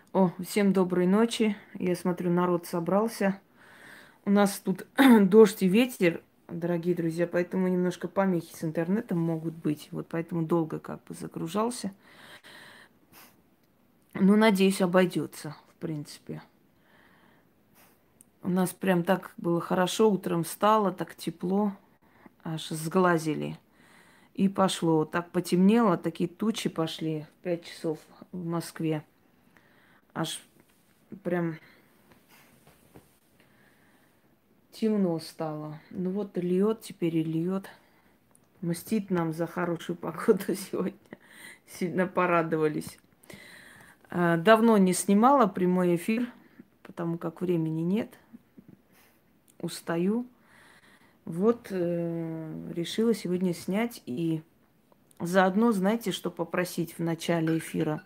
О, всем доброй ночи. Я смотрю, народ собрался. У нас тут дождь и ветер, дорогие друзья, поэтому немножко помехи с интернетом могут быть. Вот поэтому долго как бы загружался. Но, надеюсь, обойдется, в принципе. У нас прям так было хорошо, утром встала, так тепло, аж сглазили. И пошло. Так потемнело, такие тучи пошли в 5 часов в Москве. Аж прям темно стало. Ну вот льет, теперь и льет. Мстит нам за хорошую погоду сегодня. Сильно порадовались. Давно не снимала прямой эфир, потому как времени нет. Устаю. Вот решила сегодня снять и заодно, знаете, что попросить в начале эфира.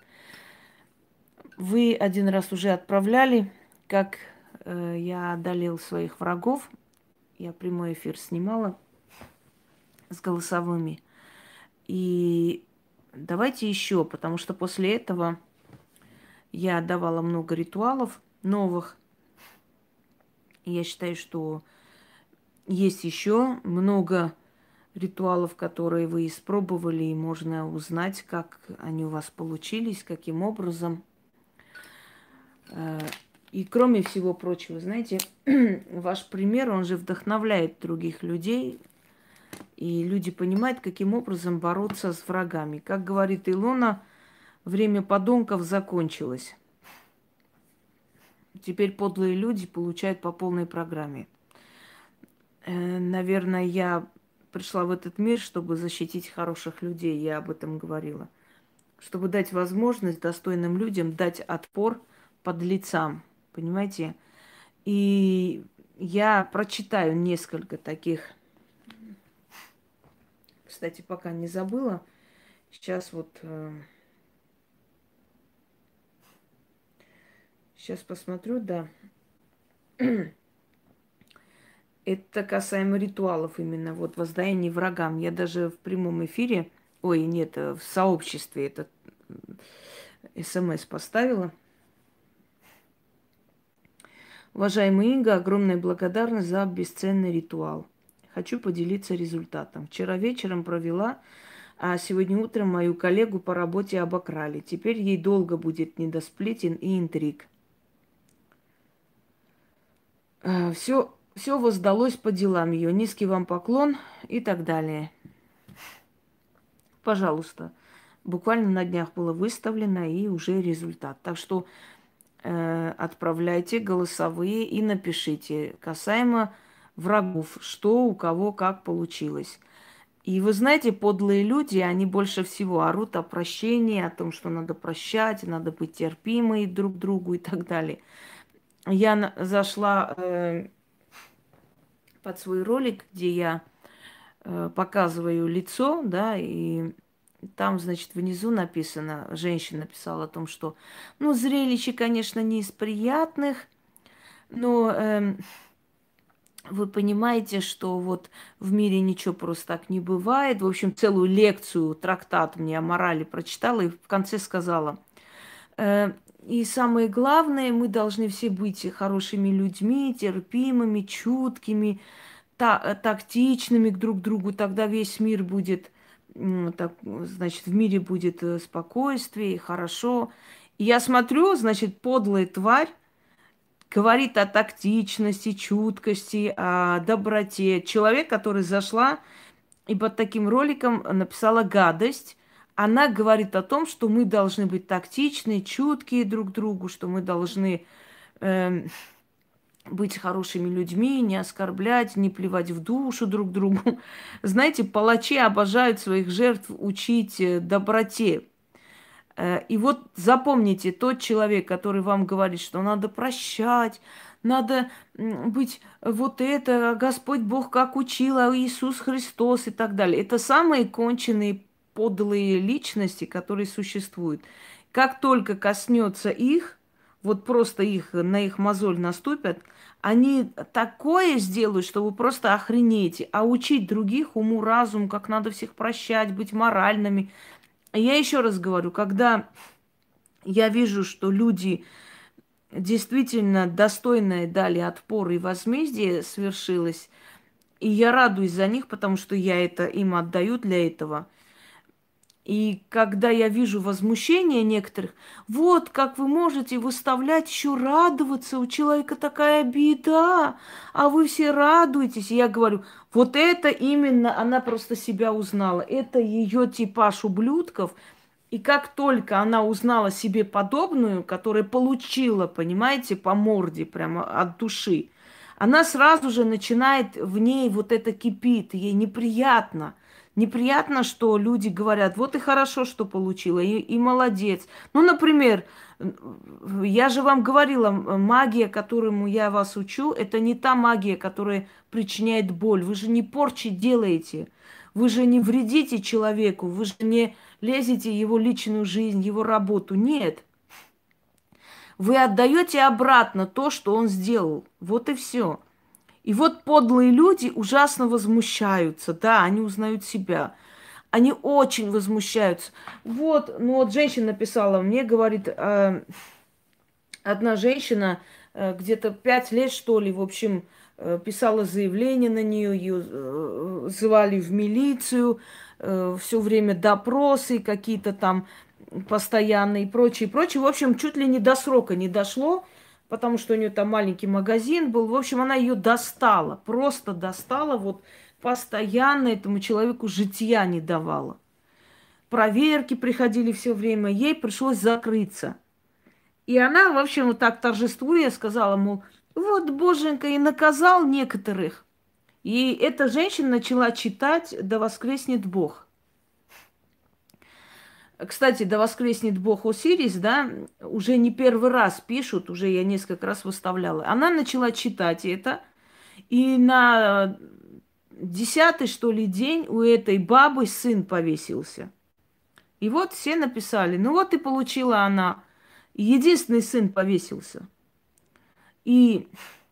Вы один раз уже отправляли, как я одолел своих врагов. Я прямой эфир снимала с голосовыми. И давайте еще, потому что после этого я давала много ритуалов новых. И я считаю, что есть еще много ритуалов, которые вы испробовали, и можно узнать, как они у вас получились, каким образом. И кроме всего прочего, знаете, ваш пример, он же вдохновляет других людей, и люди понимают, каким образом бороться с врагами. Как говорит Илона, время подонков закончилось. Теперь подлые люди получают по полной программе. Наверное, я пришла в этот мир, чтобы защитить хороших людей, я об этом говорила. Чтобы дать возможность достойным людям дать отпор подлецам, понимаете? И я прочитаю несколько таких, кстати, пока не забыла. Сейчас вот, сейчас посмотрю, да. Это касаемо ритуалов именно, вот воздаяние врагам. Я даже в прямом эфире, ой, нет, в сообществе этот СМС поставила. Уважаемый Инга, огромная благодарность за бесценный ритуал. Хочу поделиться результатом. Вчера вечером провела, а сегодня утром мою коллегу по работе обокрали. Теперь ей долго будет не до сплетен и интриг. Все воздалось по делам ее. Низкий вам поклон и так далее. Пожалуйста. Буквально на днях было выставлено и уже результат. Так что отправляйте голосовые и напишите касаемо врагов, что у кого как получилось. И вы знаете, подлые люди, они больше всего орут о прощении, о том, что надо прощать, надо быть терпимой друг к другу и так далее. Я зашла под свой ролик, где я показываю лицо, да, и там, значит, внизу написано, женщина написала о том, что, ну, зрелище, конечно, не из приятных, но вы понимаете, что вот в мире ничего просто так не бывает. В общем, целую лекцию, трактат мне о морали прочитала и в конце сказала, и самое главное, мы должны все быть хорошими людьми, терпимыми, чуткими, тактичными друг к другу, тогда весь мир будет, так, значит, в мире будет спокойствие, хорошо. И я смотрю, значит, подлая тварь говорит о тактичности, чуткости, о доброте. Человек, который зашла и под таким роликом написала гадость, она говорит о том, что мы должны быть тактичны, чуткие друг к другу, что мы должны быть хорошими людьми, не оскорблять, не плевать в душу друг другу. Знаете, палачи обожают своих жертв учить доброте. И вот запомните, тот человек, который вам говорит, что надо прощать, надо быть вот это, Господь Бог как учил, а Иисус Христос и так далее. Это самые конченые подлые личности, которые существуют. Как только коснется их, вот просто их, на их мозоль наступят, они такое сделают, что вы просто охренеете. А учить других уму, разуму, как надо всех прощать, быть моральными. Я еще раз говорю, когда Я вижу, что люди действительно достойные дали отпор и возмездие свершилось. И я радуюсь за них, потому что я это им отдаю для этого. И когда я вижу возмущение некоторых, вот как вы можете выставлять, еще радоваться, у человека такая беда, а вы все радуетесь. И я говорю, вот это именно она просто себя узнала. Это ее типаж ублюдков. И как только она узнала себе подобную, которая получила, понимаете, по морде прямо от души, она сразу же начинает в ней вот это кипит, ей неприятно. Неприятно, что люди говорят, вот и хорошо, что получила, и молодец. Ну, например, я же вам говорила, магия, которому я вас учу, это не та магия, которая причиняет боль. Вы же не порчи делаете, вы же не вредите человеку, вы же не лезете в его личную жизнь, его работу. Нет. Вы отдаете обратно то, что он сделал. Вот и все. И вот подлые люди ужасно возмущаются, да, они узнают себя. Они очень возмущаются. Вот, ну вот женщина написала мне, говорит, одна женщина где-то 5 лет, что ли, в общем, писала заявление на нее, ее звали в милицию, все время допросы какие-то там постоянные и прочее, прочее. В общем, чуть ли не до срока не дошло, потому что у нее там маленький магазин был. В общем, она ее достала, просто достала, вот постоянно этому человеку житья не давала. Проверки приходили все время, ей пришлось закрыться. И она, в общем, вот так торжествуя, сказала, мол, вот, боженька, и наказал некоторых. И эта женщина начала читать «Да воскреснет Бог». Кстати, «Да воскреснет Бог Осирис», да, уже не первый раз пишут, уже я несколько раз выставляла. Она начала читать это, и на 10-й, что ли, день у этой бабы сын повесился. И вот все написали, ну вот и получила она. Единственный сын повесился. И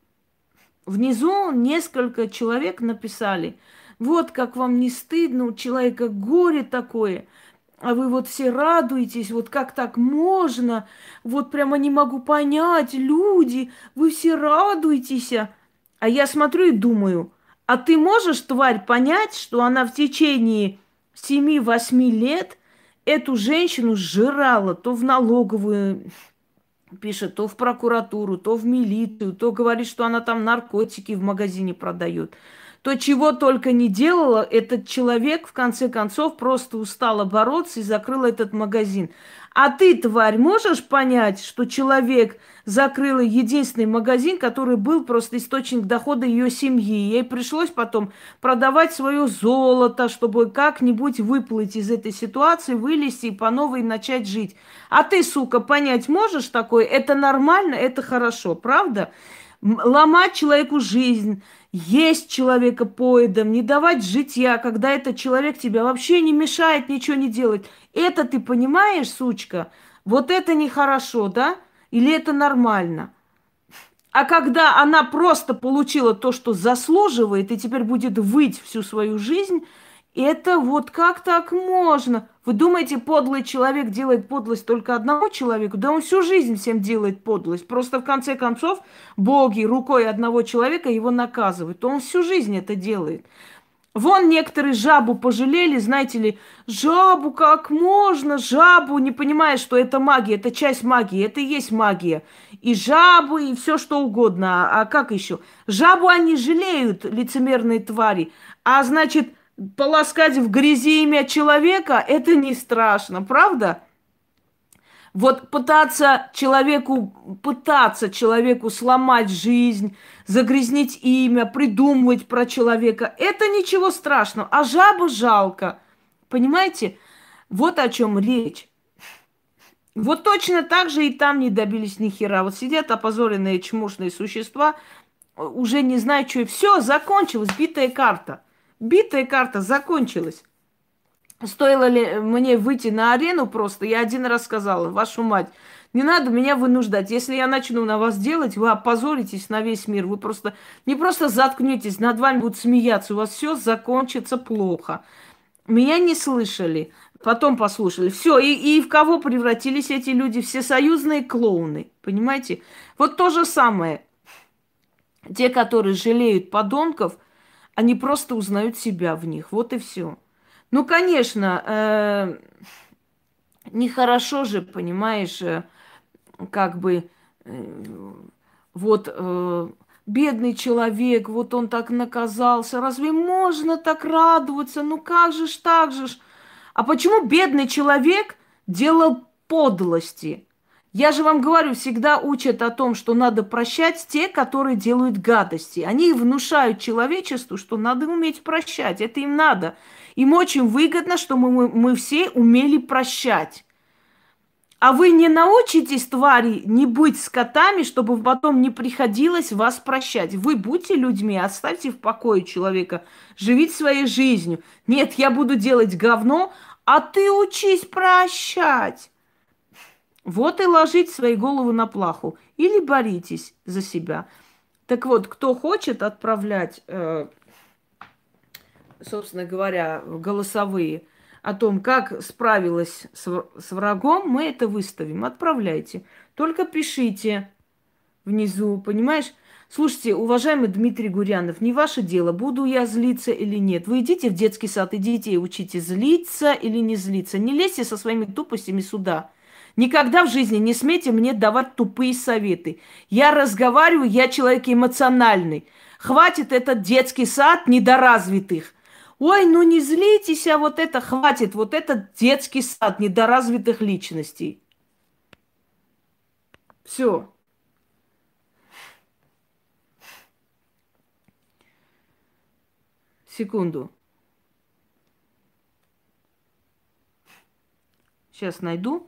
внизу несколько человек написали, вот как вам не стыдно, у человека горе такое, а вы вот все радуетесь, вот как так можно, вот прямо не могу понять, люди, вы все радуетесь. А я смотрю и думаю, а ты можешь, тварь, понять, что она в течение 7-8 лет эту женщину сжирала то в налоговую, пишет, то в прокуратуру, то в милицию, то говорит, что она там наркотики в магазине продает. То, чего только не делала, этот человек, в конце концов, просто устала бороться и закрыл этот магазин. А ты, тварь, можешь понять, что человек закрыл единственный магазин, который был просто источник дохода ее семьи? Ей пришлось потом продавать свое золото, чтобы как-нибудь выплыть из этой ситуации, вылезти и по новой начать жить. А ты, сука, понять можешь такое? Это нормально, это хорошо, правда? Ломать человеку жизнь, есть человека поедом, не давать житья, когда этот человек тебя вообще не мешает ничего не делать. Это ты понимаешь, сучка? Вот это нехорошо, да? Или это нормально? А когда она просто получила то, что заслуживает, и теперь будет выть всю свою жизнь, это вот как так можно? Вы думаете, подлый человек делает подлость только одному человеку? Да он всю жизнь всем делает подлость. Просто в конце концов боги рукой одного человека его наказывают. Он всю жизнь это делает. Вон некоторые жабу пожалели, знаете ли, жабу как можно, жабу, не понимая, что это магия, это часть магии, это и есть магия. И жабы, и все что угодно. А как еще? Жабу они жалеют, лицемерные твари. А значит, полоскать в грязи имя человека, это не страшно, правда? Вот пытаться человеку сломать жизнь, загрязнить имя, придумывать про человека, это ничего страшного. А жабу жалко. Понимаете? Вот о чем речь. Вот точно так же и там не добились ни хера. Вот сидят опозоренные чмошные существа, уже не знаю, что. Все, закончилась битая карта. Битая карта закончилась. Стоило ли мне выйти на арену просто, я один раз сказала, вашу мать, не надо меня вынуждать. Если я начну на вас делать, вы опозоритесь на весь мир. Вы просто не просто заткнетесь, над вами будут смеяться. У вас все закончится плохо. Меня не слышали. Потом послушали. Все, и в кого превратились эти люди? Всесоюзные клоуны. Понимаете? Вот то же самое. Те, которые жалеют подонков, они просто узнают себя в них. Вот и все. Ну, конечно, нехорошо же, понимаешь, как бы э, вот бедный человек, вот он так наказался. Разве можно так радоваться? Ну как же ж так же ж? А почему бедный человек делал подлости? Я же вам говорю, всегда учат о том, что надо прощать те, которые делают гадости. Они внушают человечеству, что надо уметь прощать. Это им надо. Им очень выгодно, что мы все умели прощать. А вы не научитесь, твари, не быть скотами, чтобы потом не приходилось вас прощать. Вы будьте людьми, оставьте в покое человека, живите своей жизнью. Нет, я буду делать говно, а ты учись прощать. Вот и ложите свои головы на плаху. Или боритесь за себя. Так вот, кто хочет отправлять собственно говоря, голосовые о том, как справилась с врагом, мы это выставим. Отправляйте. Только пишите внизу, понимаешь? Слушайте, уважаемый Дмитрий Гурянов, не ваше дело, буду я злиться или нет. Вы идите в детский сад, идите и учите злиться или не злиться. Не лезьте со своими тупостями сюда. Никогда в жизни не смейте мне давать тупые советы. Я разговариваю, я человек эмоциональный. Хватит этот детский сад недоразвитых. Ой, ну не злитесь, а вот это хватит, вот этот детский сад недоразвитых личностей. Все. Секунду. Сейчас найду.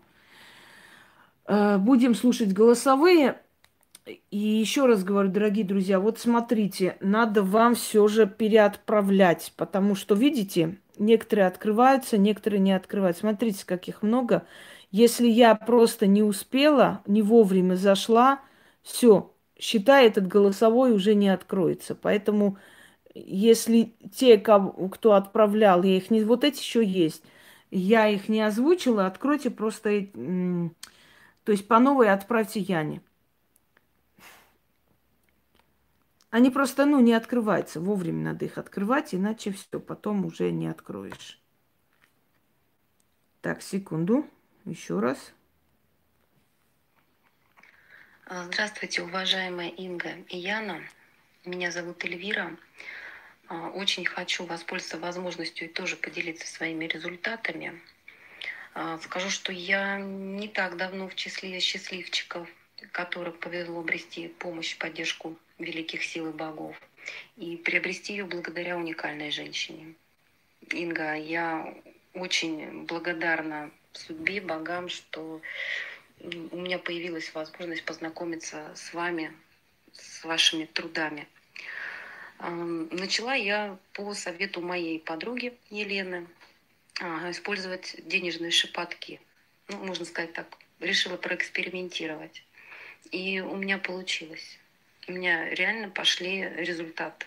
Будем слушать голосовые. И еще раз говорю, дорогие друзья, вот смотрите, надо вам все же переотправлять, потому что, видите, некоторые открываются, некоторые не открываются. Смотрите, каких много. Если я просто не успела, не вовремя зашла, все, считай, этот голосовой уже не откроется. Поэтому, если те, кто отправлял, я их не... Вот эти еще есть. Я их не озвучила, откройте просто... то есть по новой отправьте Яне. Они просто, ну, не открываются. Вовремя надо их открывать, иначе все, потом уже не откроешь. Так, секунду. Еще раз. Здравствуйте, уважаемая Инга и Яна. Меня зовут Эльвира. Очень хочу воспользоваться возможностью и тоже поделиться своими результатами. Скажу, что я не так давно в числе счастливчиков, которых повезло обрести помощь, поддержку великих сил и богов. И приобрести ее благодаря уникальной женщине. Инга, я очень благодарна судьбе, богам, что у меня появилась возможность познакомиться с вами, с вашими трудами. Начала я по совету моей подруги Елены использовать денежные шепотки. Ну, можно сказать так, решила проэкспериментировать. И у меня получилось. У меня реально пошли результаты.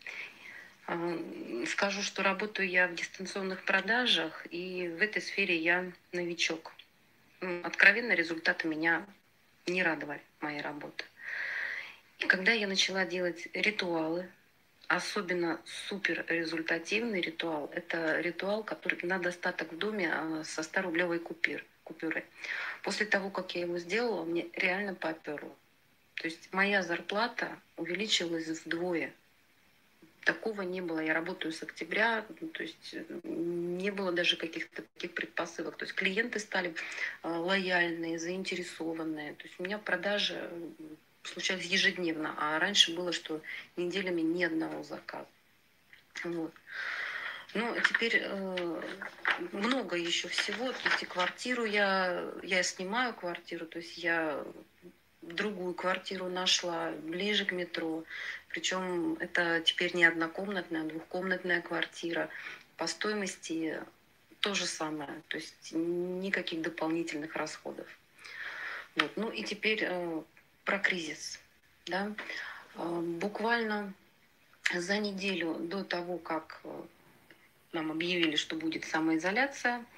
Скажу, что работаю я в дистанционных продажах, и в этой сфере я новичок. Откровенно, результаты меня не радовали, моей работы. И когда я начала делать ритуалы, особенно супер результативный ритуал, это ритуал, который на достаток в доме со 100-рублевой купюрой. После того, как я его сделала, мне реально поперло. То есть моя зарплата увеличилась вдвое. Такого не было. Я работаю с октября, то есть не было даже каких-то таких предпосылок. То есть клиенты стали лояльные, заинтересованные. То есть у меня продажи случались ежедневно, а раньше было, что неделями ни одного заказа. Вот. Ну, теперь много еще всего. То есть и квартиру я снимаю квартиру, то есть я другую квартиру нашла ближе к метро. Причем это теперь не однокомнатная, а двухкомнатная квартира. По стоимости то же самое. То есть никаких дополнительных расходов. Вот. Ну и теперь про кризис. Да? Буквально за неделю до того, как нам объявили, что будет самоизоляция,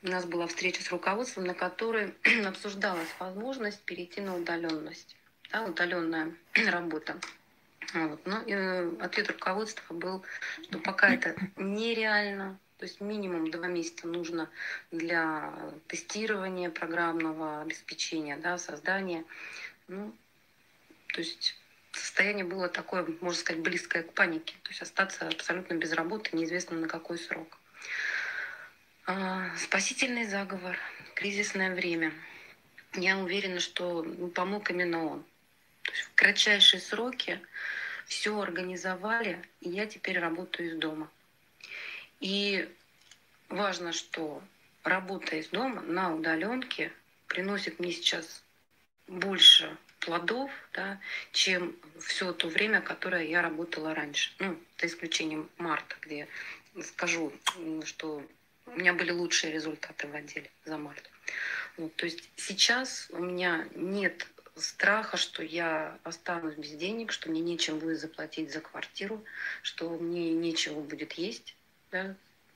у нас была встреча с руководством, на которой обсуждалась возможность перейти на удаленность, да, удаленная работа. Вот. Но ответ руководства был, что пока это нереально, то есть минимум 2 месяца нужно для тестирования программного обеспечения, да, создания. Ну, то есть состояние было такое, можно сказать, близкое к панике. То есть остаться абсолютно без работы, неизвестно на какой срок. Спасительный заговор, кризисное время. Я уверена, что помог именно он. То есть в кратчайшие сроки все организовали, и я теперь работаю из дома. И важно, что работа из дома на удаленке приносит мне сейчас больше плодов, да, чем все то время, которое я работала раньше. Ну, за исключением марта, где скажу, что у меня были лучшие результаты в отделе за март. Вот, то есть сейчас у меня нет страха, что я останусь без денег, что мне нечем будет заплатить за квартиру, что мне нечего будет есть. Да?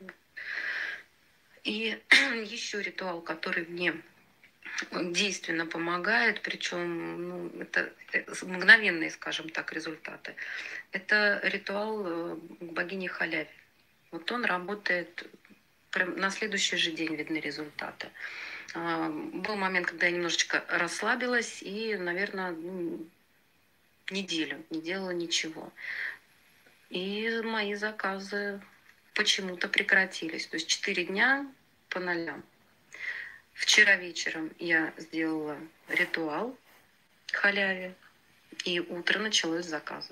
И еще ритуал, который мне действенно помогает, причем это мгновенные, скажем так, результаты. Это ритуал к богине Халяве. Вот он работает, прям на следующий же день видны результаты. Был момент, когда я немножечко расслабилась и, наверное, неделю не делала ничего. И мои заказы почему-то прекратились. То есть 4 дня по нолям. Вчера вечером я сделала ритуал халяве, и утро началось с заказа.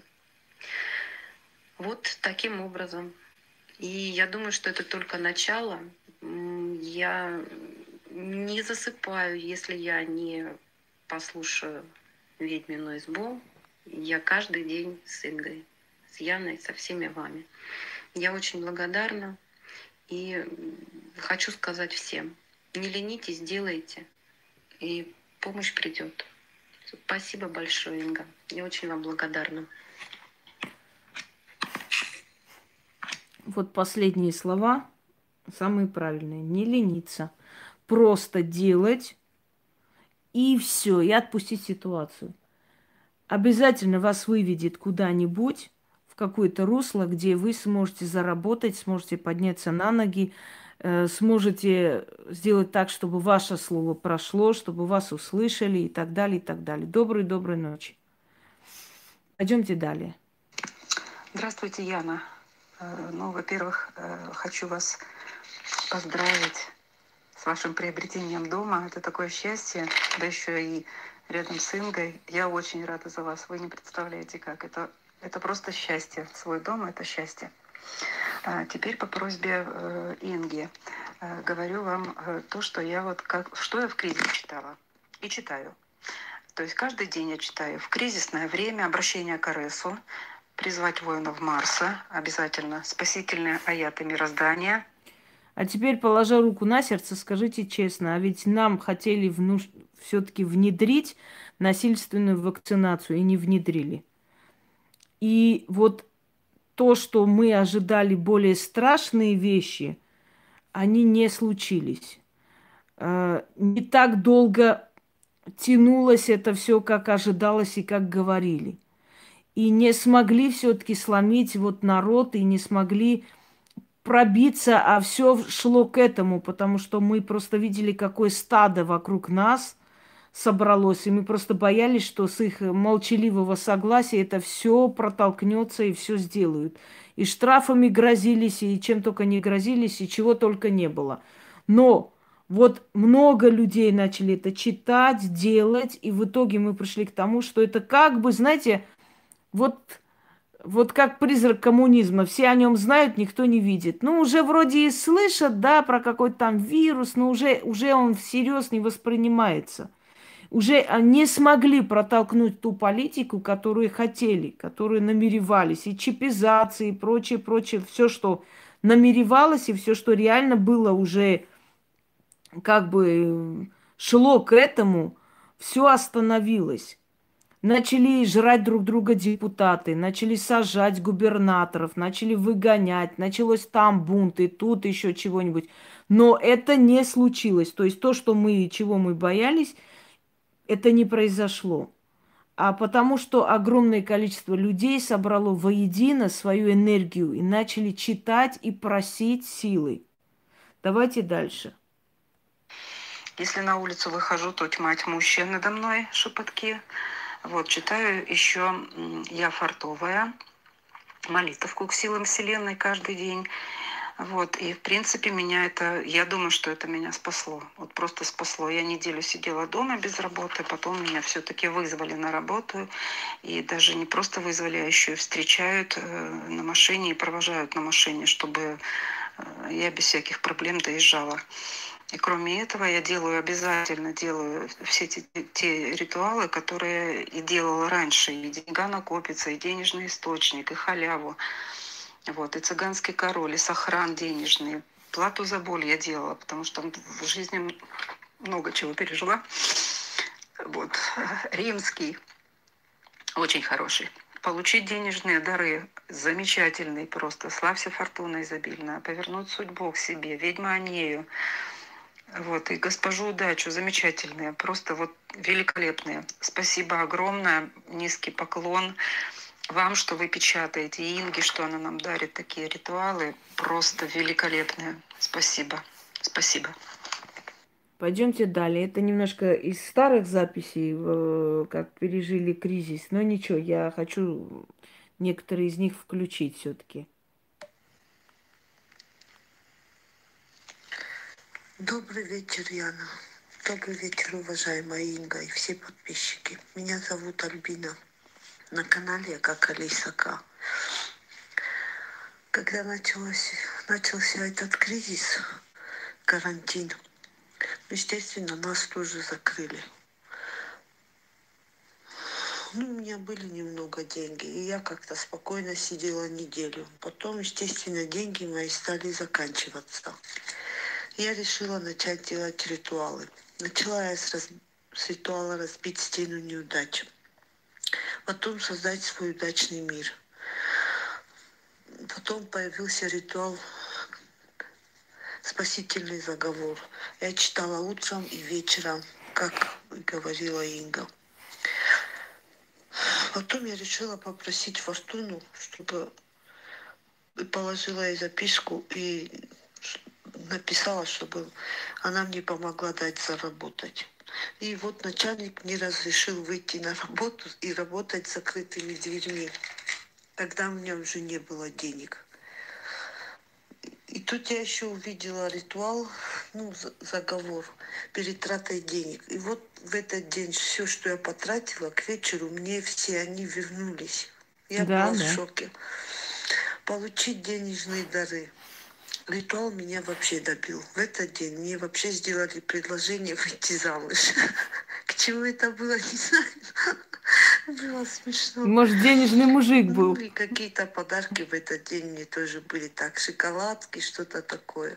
Вот таким образом. И я думаю, что это только начало. Я не засыпаю, если я не послушаю «Ведьмину избу». Я каждый день с Ингой, с Яной, со всеми вами. Я очень благодарна и хочу сказать всем: не ленитесь, делайте, и помощь придет. Спасибо большое, Инга. Я очень вам благодарна. Вот последние слова самые правильные. Не лениться. Просто делать и все, и отпустить ситуацию. Обязательно вас выведет куда-нибудь, в какое-то русло, где вы сможете заработать, сможете подняться на ноги, сможете сделать так, чтобы ваше слово прошло, чтобы вас услышали и так далее, и так далее. Доброй ночи. Пойдемте далее. Здравствуйте, Яна. Ну, во-первых, хочу вас поздравить с вашим приобретением дома. Это такое счастье, да еще и рядом с Ингой. Я очень рада за вас. Вы не представляете, как. Это просто счастье. Свой дом — это счастье. Теперь по просьбе Инги говорю вам то, что я что я в кризис читала и читаю. То есть каждый день я читаю в кризисное время обращение к Аресу, призвать воинов Марса, обязательно спасительные аяты мироздания. А теперь, положа руку на сердце, скажите честно, а ведь нам хотели все-таки внедрить насильственную вакцинацию и не внедрили. И вот то, что мы ожидали более страшные вещи, они не случились. Не так долго тянулось это все, как ожидалось и как говорили. И не смогли все-таки сломить вот народ, и не смогли пробиться, а все шло к этому, потому что мы просто видели, какое стадо вокруг нас собралось, и мы просто боялись, что с их молчаливого согласия это все протолкнется и все сделают. И штрафами грозились, и чем только не грозились, и чего только не было. Но вот много людей начали это читать, делать, и в итоге мы пришли к тому, что это как бы, знаете, вот как призрак коммунизма. Все о нем знают, никто не видит. Ну, уже вроде и слышат, да, про какой-то там вирус, но уже он всерьез не воспринимается. Уже не смогли протолкнуть ту политику, которую хотели, которую намеревались. И чипизации, и прочее, все, что намеревалось, и все, что реально было уже как бы шло к этому, все остановилось. Начали жрать друг друга депутаты, начали сажать губернаторов, начали выгонять, началось там бунты, тут еще чего-нибудь. Но это не случилось. То есть то, что мы, чего мы боялись, это не произошло. А потому что огромное количество людей собрало воедино свою энергию и начали читать и просить силы. Давайте дальше. Если на улицу выхожу, то тьма тьмущая надо мной, шепотки. Вот, читаю еще «Я фартовая», молитовку к силам Вселенной каждый день. Вот, и в принципе меня это, я думаю, что это меня спасло. Вот просто спасло. Я неделю сидела дома без работы, потом меня все-таки вызвали на работу. И даже не просто вызвали, а еще и встречают на машине и провожают на машине, чтобы я без всяких проблем доезжала. И кроме этого я обязательно делаю все те ритуалы, которые и делала раньше. И деньга накопится, и денежный источник, и халяву. Вот, и цыганский король, и сохран денежный. Плату за боль я делала, потому что в жизни много чего пережила. Вот, римский, очень хороший. Получить денежные дары, замечательный просто. Славься фортуна изобильная, повернуть судьбу к себе, ведьма Анею. Вот, и госпожу удачу, замечательные, просто вот великолепные. Спасибо огромное, низкий поклон вам, что вы печатаете, и Инге, что она нам дарит такие ритуалы, просто великолепные. Спасибо, спасибо. Пойдемте далее. Это немножко из старых записей, как пережили кризис. Но ничего, я хочу некоторые из них включить все-таки. Добрый вечер, Яна. Добрый вечер, уважаемая Инга и все подписчики. Меня зовут Альбина. На канале я как Алиса К. Когда начался этот кризис, карантин, естественно, нас тоже закрыли. Ну, у меня были немного денег, и я как-то спокойно сидела неделю. Потом, естественно, деньги мои стали заканчиваться. Я решила начать делать ритуалы. Начала я с ритуала разбить стену неудач. Потом создать свой удачный мир. Потом появился ритуал «Спасительный заговор». Я читала утром и вечером, как говорила Инга. Потом я решила попросить Фортуну, чтобы положила ей записку и написала, чтобы она мне помогла дать заработать. И вот начальник мне разрешил выйти на работу и работать с закрытыми дверьми. Тогда у меня уже не было денег. И тут я еще увидела ритуал, заговор перед тратой денег. И вот в этот день все, что я потратила, к вечеру мне все они вернулись. Я была в шоке. Получить денежные дары. Ритуал меня вообще добил. В этот день мне вообще сделали предложение выйти замуж. К чему это было, не знаю. Было смешно. Может, денежный мужик был. Ну и какие-то подарки в этот день мне тоже были. Так, шоколадки, что-то такое.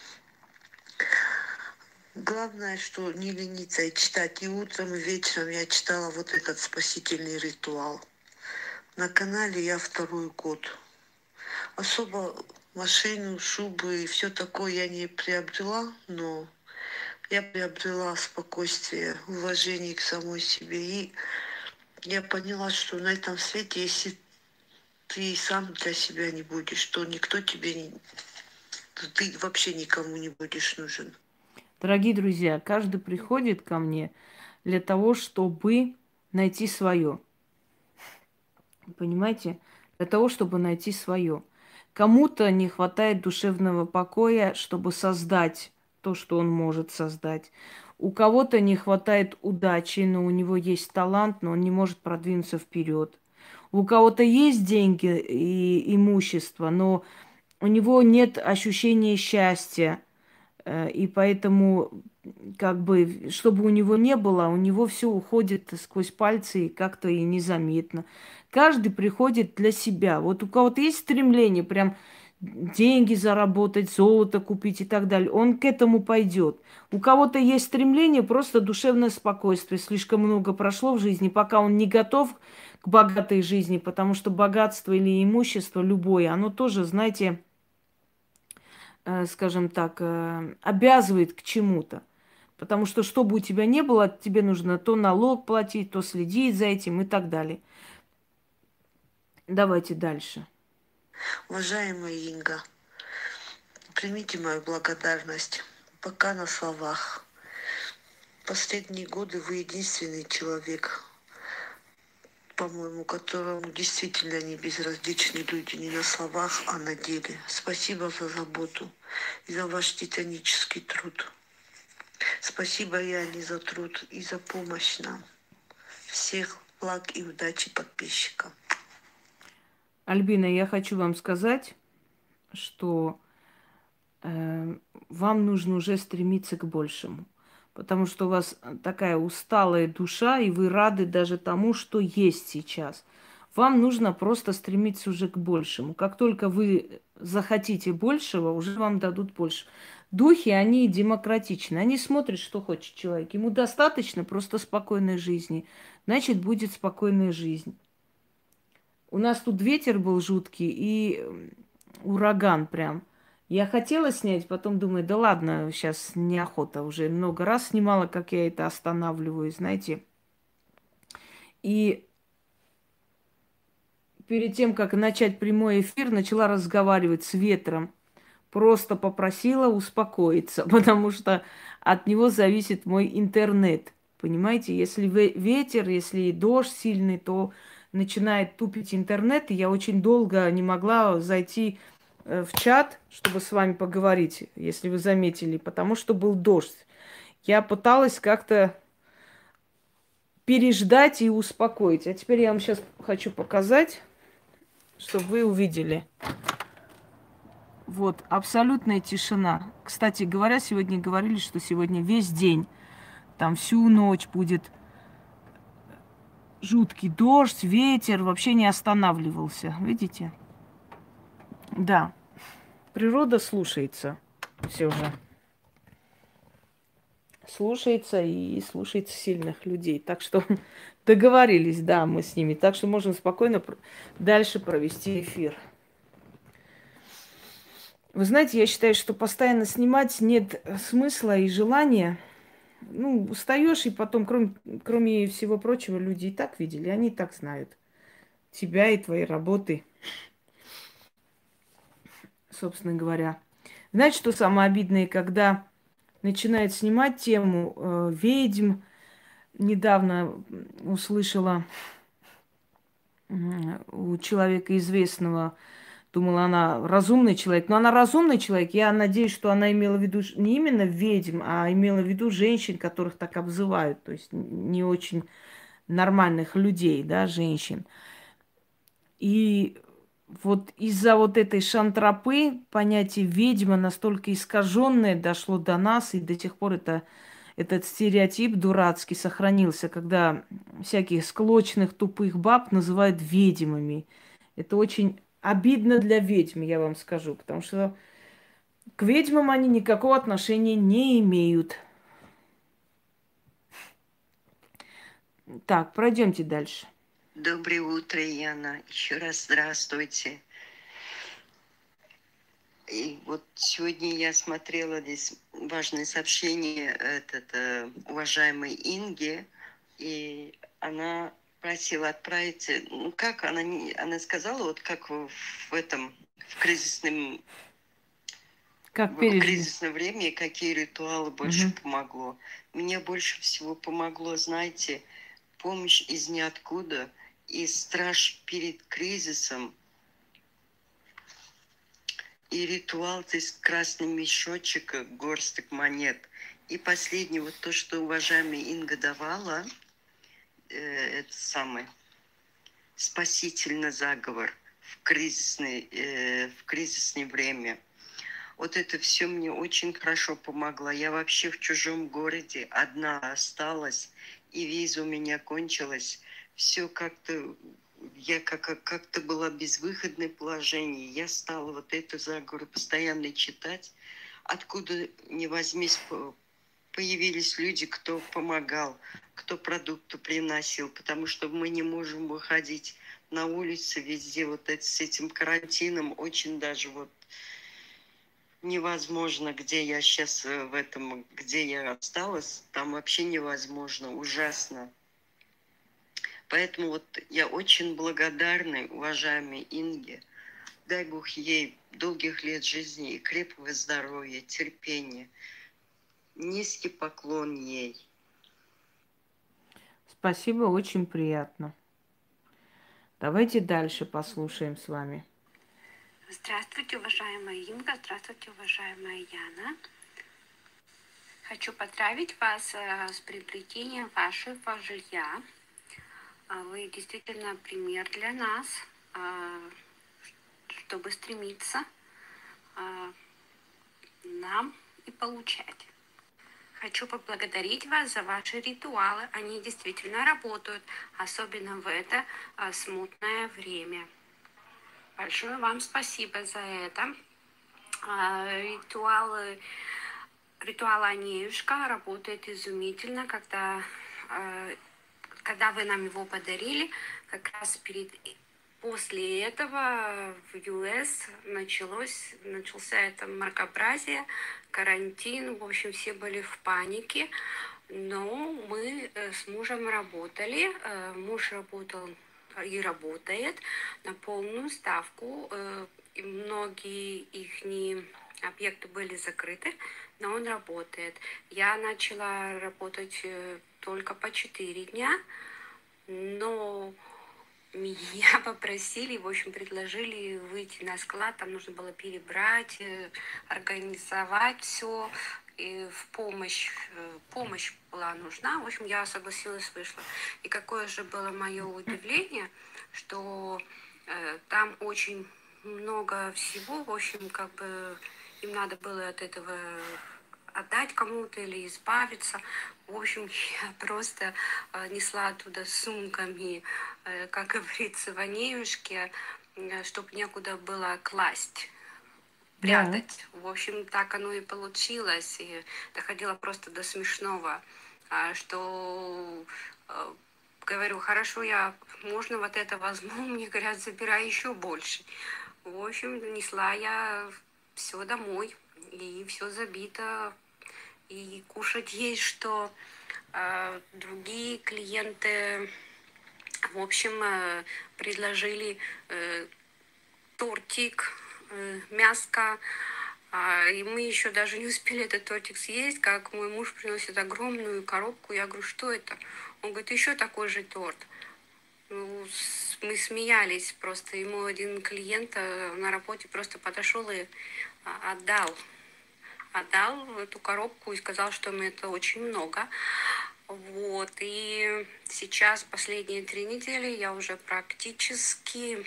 Главное, что не лениться и читать. И утром, и вечером я читала вот этот спасительный ритуал. На канале я 2-й год. Особо машину, шубы и все такое я не приобрела, но я приобрела спокойствие, уважение к самой себе. И я поняла, что на этом свете, если ты сам для себя не будешь, то никто тебе не... Ты вообще никому не будешь нужен. Дорогие друзья, каждый приходит ко мне для того, чтобы найти свое. Понимаете? Для того, чтобы найти свое. Кому-то не хватает душевного покоя, чтобы создать то, что он может создать. У кого-то не хватает удачи, но у него есть талант, но он не может продвинуться вперед. У кого-то есть деньги и имущество, но у него нет ощущения счастья. И поэтому, как бы, чтобы у него не было, у него все уходит сквозь пальцы и как-то и незаметно. Каждый приходит для себя. Вот у кого-то есть стремление прям деньги заработать, золото купить и так далее. Он к этому пойдет. У кого-то есть стремление, просто душевное спокойствие. Слишком много прошло в жизни, пока он не готов к богатой жизни, потому что богатство или имущество любое, оно тоже, знаете, скажем так, обязывает к чему-то. Потому что, что бы у тебя не было, тебе нужно то налог платить, то следить за этим и так далее. Давайте дальше. Уважаемая Инга, примите мою благодарность. Пока на словах. Последние годы вы единственный человек, по-моему, которому действительно не безразличны люди не на словах, а на деле. Спасибо за заботу и за ваш титанический труд. Спасибо, Яне, за труд и за помощь нам. Всех благ и удачи подписчикам. Альбина, я хочу вам сказать, что вам нужно уже стремиться к большему. Потому что у вас такая усталая душа, и вы рады даже тому, что есть сейчас. Вам нужно просто стремиться уже к большему. Как только вы захотите большего, уже вам дадут больше. Духи, они демократичны. Они смотрят, что хочет человек. Ему достаточно просто спокойной жизни. Значит, будет спокойная жизнь. У нас тут ветер был жуткий и ураган прям. Я хотела снять, потом думаю, да ладно, сейчас неохота. Уже много раз снимала, как я это останавливаю, знаете. И перед тем, как начать прямой эфир, начала разговаривать с ветром. Просто попросила успокоиться, потому что от него зависит мой интернет. Понимаете, если ветер, если дождь сильный, то начинает тупить интернет, и я очень долго не могла зайти в чат, чтобы с вами поговорить, если вы заметили, потому что был дождь. Я пыталась как-то переждать и успокоить. А теперь я вам сейчас хочу показать, чтобы вы увидели. Вот, абсолютная тишина. Кстати говоря, сегодня говорили, что сегодня весь день, там всю ночь будет жуткий дождь, ветер, вообще не останавливался. Видите? Да, природа слушается все же. Слушается и слушается сильных людей. Так что договорились, да, мы с ними. Так что можем спокойно дальше провести эфир. Вы знаете, я считаю, что постоянно снимать нет смысла и желания. Ну, устаешь, и потом, кроме всего прочего, люди и так видели, они и так знают тебя и твои работы, собственно говоря. Знаете, что самое обидное, когда начинает снимать тему ведьм. Недавно услышала у человека известного, думала, она разумный человек. Но она разумный человек. Я надеюсь, что она имела в виду не именно ведьм, а имела в виду женщин, которых так обзывают. То есть не очень нормальных людей, да, женщин. И вот из-за вот этой шантропы понятие ведьма настолько искаженное дошло до нас, и до сих пор этот стереотип дурацкий сохранился, когда всяких склочных тупых баб называют ведьмами. Это очень обидно для ведьм, я вам скажу, потому что к ведьмам они никакого отношения не имеют. Так, пройдемте дальше. Доброе утро, Яна. Еще раз здравствуйте. И вот сегодня я смотрела здесь важное сообщение уважаемой Инге, и она просила отправить, ну как она сказала, вот как в кризисном Как в пережили? кризисное время, какие ритуалы больше помогло. Мне больше всего помогло, знаете, помощь из ниоткуда и страж перед кризисом, и ритуал из красного мешочка, горсток монет. И последнее, вот то, что уважаемая Инга давала, это самый спасительный заговор в кризисное время. Вот это все мне очень хорошо помогло. Я вообще в чужом городе одна осталась, и виза у меня кончилась. Все как-то, я как-то была в безвыходном положении. Я стала вот эту заговор постоянно читать. Откуда ни возьмись, появились люди, кто помогал, кто продукты приносил, потому что мы не можем выходить на улицу везде вот это, с этим карантином. Очень даже вот невозможно, где я сейчас в этом, где я осталась, там вообще невозможно, ужасно. Поэтому вот я очень благодарна уважаемой Инге. Дай Бог ей долгих лет жизни и крепкого здоровья, терпения. Низкий поклон ей. Спасибо, очень приятно. Давайте дальше послушаем с вами. Здравствуйте, уважаемая Инга, здравствуйте, уважаемая Яна. Хочу поздравить вас с приобретением вашего жилья. Вы действительно пример для нас, чтобы стремиться нам и получать. Хочу поблагодарить вас за ваши ритуалы. Они действительно работают, особенно в это смутное время. Большое вам спасибо за это. Ритуал Анеюшка работает изумительно, когда вы нам его подарили, как раз после этого в ЮС начался это мракобразие, карантин, в общем, все были в панике, но мы с мужем работали, муж работал и работает на полную ставку, и многие их объекты были закрыты, но он работает. Я начала работать только по 4 дня, но меня попросили, в общем, предложили выйти на склад, там нужно было перебрать, организовать все, и помощь была нужна. В общем, я согласилась, вышла. И какое же было мое удивление, что там очень много всего, в общем, как бы им надо было от этого отдать кому-то или избавиться. В общем, я просто несла оттуда сумками, как говорится, в Анеюшке, чтобы некуда было класть, прятать. В общем, так оно и получилось. И доходило просто до смешного, что говорю, хорошо, можно вот это возьму, мне говорят, забирай еще больше. В общем, несла я все домой, и все забито, и кушать есть что. Другие клиенты, в общем, предложили тортик, мяско. И мы еще даже не успели этот тортик съесть, как мой муж приносит огромную коробку. Я говорю, что это? Он говорит, еще такой же торт. Ну, мы смеялись, просто ему один клиент на работе просто подошел и отдал эту коробку и сказал, что мне это очень много. Вот, и сейчас последние 3 недели я уже практически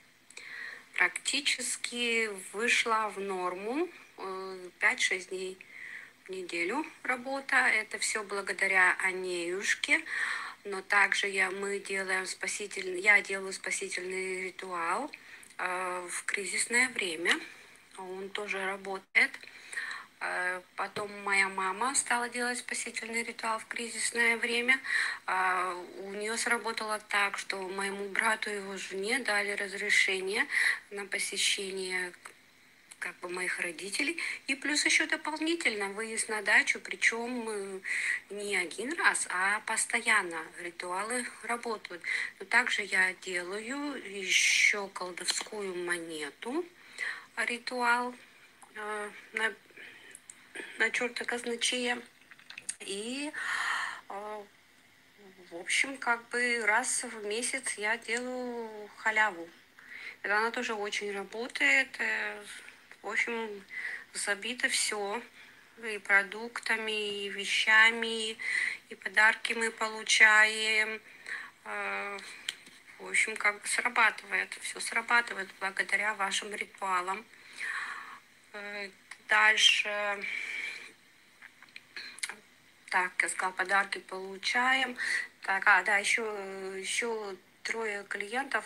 вышла в норму, 5-6 дней в неделю работа. Это все благодаря Анеюшке. Но также я делаю спасительный ритуал в кризисное время. Он тоже работает. Потом моя мама стала делать спасительный ритуал в кризисное время. У нее сработало так, что моему брату и его жене дали разрешение на посещение как бы моих родителей. И плюс еще дополнительно выезд на дачу, причем не один раз, а постоянно ритуалы работают. Но также я делаю еще колдовскую монету, ритуал на черта казначея. И, в общем, как бы раз в месяц я делаю халяву. Это она тоже очень работает. В общем, забито все. И продуктами, и вещами, и подарки мы получаем. В общем, как бы срабатывает. Все срабатывает благодаря вашим ритуалам. Дальше. Так, я сказала, подарки получаем. Так, да, еще 3 клиентов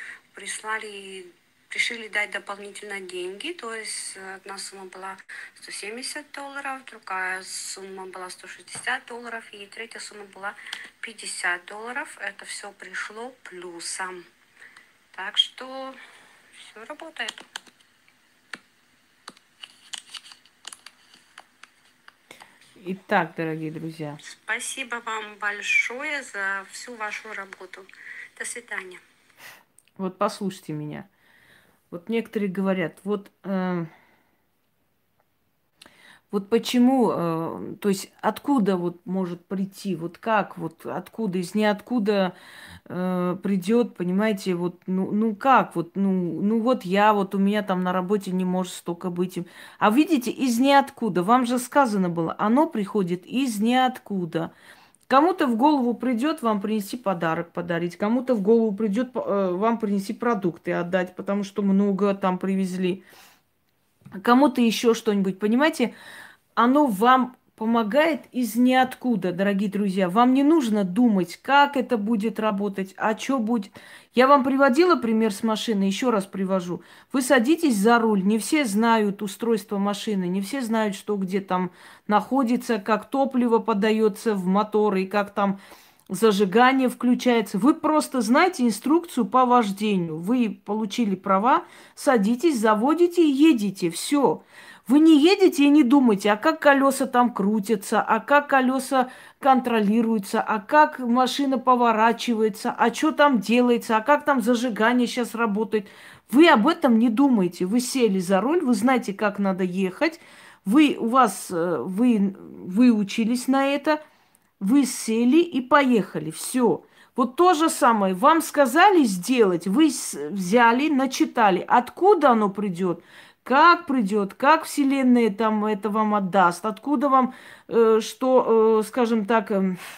решили дать дополнительно деньги. То есть одна сумма была $170, другая сумма была $160, и 3-я сумма была $50. Это все пришло плюсом. Так что все работает. Итак, дорогие друзья, Спасибо вам большое за всю вашу работу. До свидания. вот послушайте меня. Вот некоторые говорят, вот почему, то есть откуда вот может прийти, вот как, вот откуда, из ниоткуда придет, понимаете, вот, ну как, вот, ну вот я, вот у меня там на работе не может столько быть. А видите, из ниоткуда, вам же сказано было, оно приходит из ниоткуда. Кому-то в голову придет вам принести подарок, подарить, кому-то в голову придет вам принести продукты отдать, потому что много там привезли, кому-то еще что-нибудь, понимаете? Оно вам помогает из ниоткуда, дорогие друзья. Вам не нужно думать, как это будет работать, а что будет. Я вам приводила пример с машиной, еще раз привожу. Вы садитесь за руль, не все знают устройство машины, не все знают, что где там находится, как топливо подается в мотор и как там зажигание включается. Вы просто знаете инструкцию по вождению. Вы получили права, садитесь, заводите и едете. Все. Вы не едете и не думаете, а как колеса там крутятся, а как колеса контролируются, а как машина поворачивается, а что там делается, а как там зажигание сейчас работает. Вы об этом не думаете. Вы сели за руль, вы знаете, как надо ехать, вы выучились на это, вы сели и поехали. Все. Вот то же самое. Вам сказали сделать, вы взяли, начитали. Откуда оно придет, как Вселенная там это вам отдаст, откуда вам, скажем так,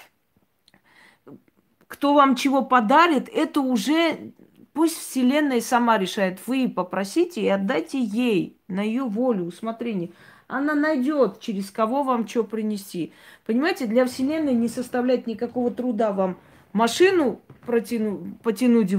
кто вам чего подарит, это уже пусть Вселенная сама решает. Вы попросите и отдайте ей на ее волю, усмотрение. Она найдет, через кого вам что принести. Понимаете, для Вселенной не составляет никакого труда вам машину потянуть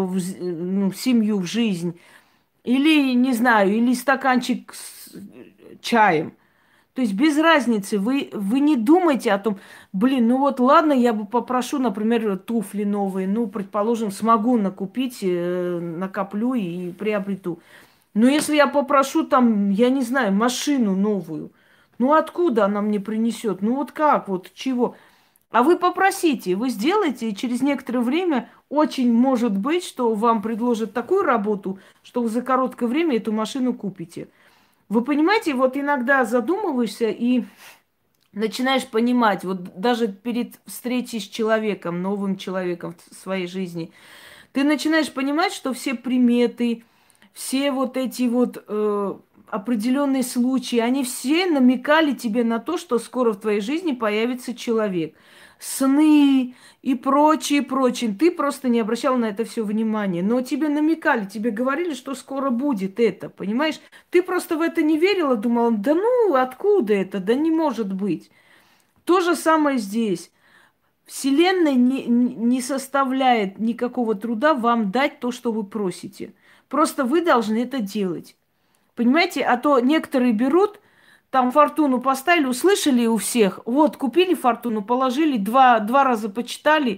в семью, в жизнь. Или, не знаю, или стаканчик с чаем. То есть без разницы, вы не думайте о том, блин, ну вот ладно, я бы попрошу, например, туфли новые, ну, предположим, смогу накупить, накоплю и приобрету. Но если я попрошу там, я не знаю, машину новую, ну откуда она мне принесет? Ну вот как, вот чего? А вы попросите, вы сделаете, и через некоторое время очень может быть, что вам предложат такую работу, что вы за короткое время эту машину купите. Вы понимаете, вот иногда задумываешься и начинаешь понимать, вот даже перед встречей с человеком, новым человеком в своей жизни, ты начинаешь понимать, что все приметы, все вот эти вот определенные случаи, они все намекали тебе на то, что скоро в твоей жизни появится человек. Сны и прочее, прочее. Ты просто не обращал на это все внимания. Но тебе намекали, тебе говорили, что скоро будет это, понимаешь? Ты просто в это не верила, думала, да ну, откуда это? Да не может быть. То же самое здесь. Вселенная не составляет никакого труда вам дать то, что вы просите. Просто вы должны это делать. Понимаете? А то некоторые берут, там фортуну поставили, услышали у всех, вот, купили фортуну, положили, два раза почитали,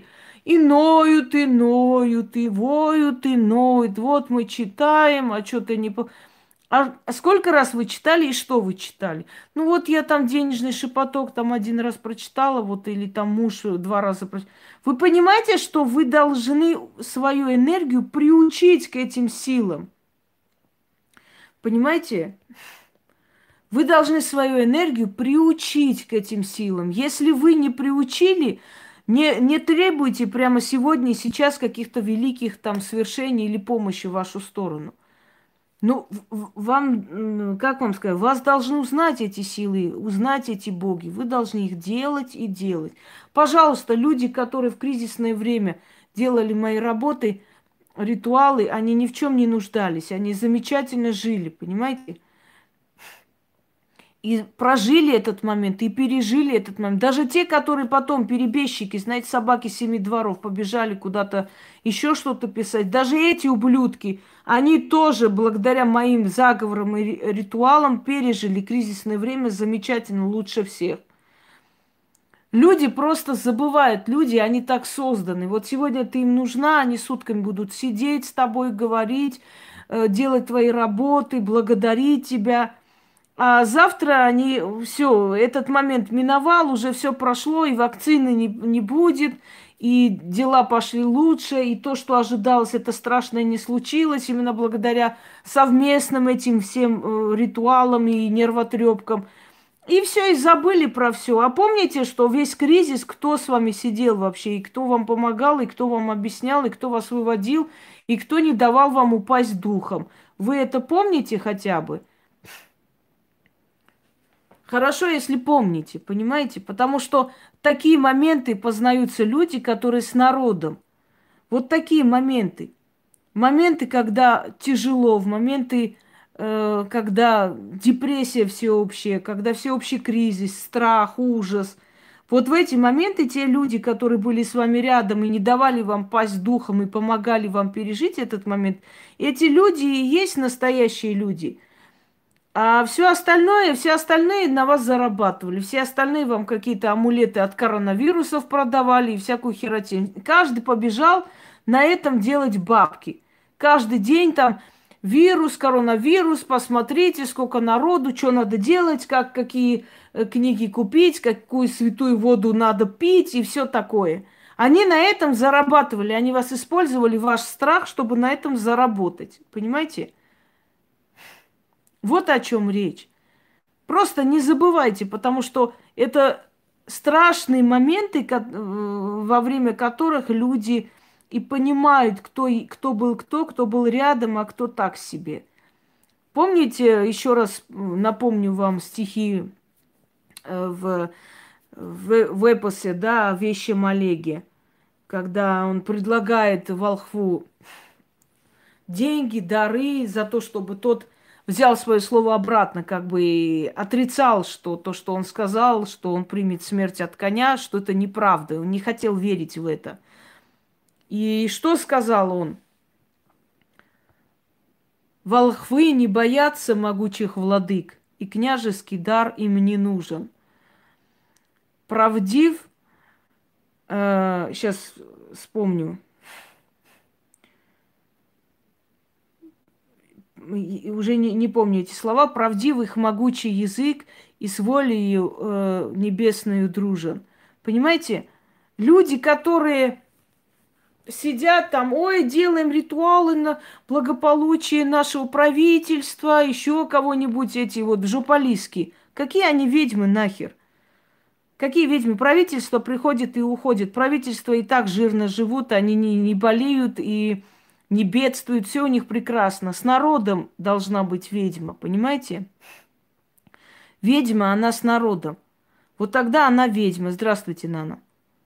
и ноют, и воют, и ноют. Вот мы читаем, а что-то не... А сколько раз вы читали и что вы читали? Ну вот я там денежный шепоток там один раз прочитала, вот или там муж два раза прочитал. Вы понимаете, что вы должны свою энергию приучить к этим силам? Понимаете? Вы должны свою энергию приучить к этим силам. Если вы не приучили, не требуйте прямо сегодня и сейчас каких-то великих там свершений или помощи в вашу сторону. Ну, вам, как вам сказать, вас должны узнать эти силы, узнать эти боги. Вы должны их делать и делать. Пожалуйста, люди, которые в кризисное время делали мои работы, ритуалы, они ни в чем не нуждались. Они замечательно жили, понимаете? И прожили этот момент, и пережили этот момент. Даже те, которые потом, перебежчики, знаете, собаки семи дворов, побежали куда-то еще что-то писать. Даже эти ублюдки, они тоже благодаря моим заговорам и ритуалам пережили кризисное время замечательно, лучше всех. Люди просто забывают, люди, они так созданы. Вот сегодня ты им нужна, они сутками будут сидеть с тобой, говорить, делать твои работы, благодарить тебя. А завтра они все, этот момент миновал, уже все прошло, и вакцины не будет, и дела пошли лучше, и то, что ожидалось, это страшное не случилось, именно благодаря совместным этим всем ритуалам и нервотрепкам. И все, и забыли про все. А помните, что весь кризис, кто с вами сидел вообще, и кто вам помогал, и кто вам объяснял, и кто вас выводил, и кто не давал вам упасть духом? Вы это помните хотя бы? Хорошо, если помните, понимаете? Потому что такие моменты познаются люди, которые с народом. Вот такие моменты. Моменты, когда тяжело, в моменты, когда депрессия всеобщая, когда всеобщий кризис, страх, ужас. Вот в эти моменты те люди, которые были с вами рядом и не давали вам пасть духом и помогали вам пережить этот момент, эти люди и есть настоящие люди. А все остальные на вас зарабатывали. Все остальные вам какие-то амулеты от коронавирусов продавали и всякую херотень. Каждый побежал на этом делать бабки. Каждый день там вирус, коронавирус, посмотрите, сколько народу, что надо делать, какие книги купить, какую святую воду надо пить и все такое. Они на этом зарабатывали, они вас использовали, ваш страх, чтобы на этом заработать. Понимаете? Вот о чем речь. Просто не забывайте, потому что это страшные моменты, во время которых люди и понимают, кто был кто был рядом, а кто так себе. Помните, еще раз напомню вам стихи в эпосе, да, о вещем Олеге, когда он предлагает волхву деньги, дары за то, чтобы тот взял свое слово обратно, как бы и отрицал, что то, что он сказал, что он примет смерть от коня, что это неправда. Он не хотел верить в это. И что сказал он? Волхвы не боятся могучих владык, и княжеский дар им не нужен. Правдив, сейчас вспомню, уже не помню эти слова, правдивых могучий язык и с волею небесною дружен. Понимаете? Люди, которые сидят там, ой, делаем ритуалы на благополучие нашего правительства, еще кого-нибудь, эти вот жополиски. Какие они ведьмы нахер? Какие ведьмы? Правительство приходит и уходит. Правительство и так жирно живут, они не болеют и не бедствуют, все у них прекрасно. С народом должна быть ведьма, понимаете? Ведьма, она с народом. Вот тогда она ведьма. Здравствуйте, Нана.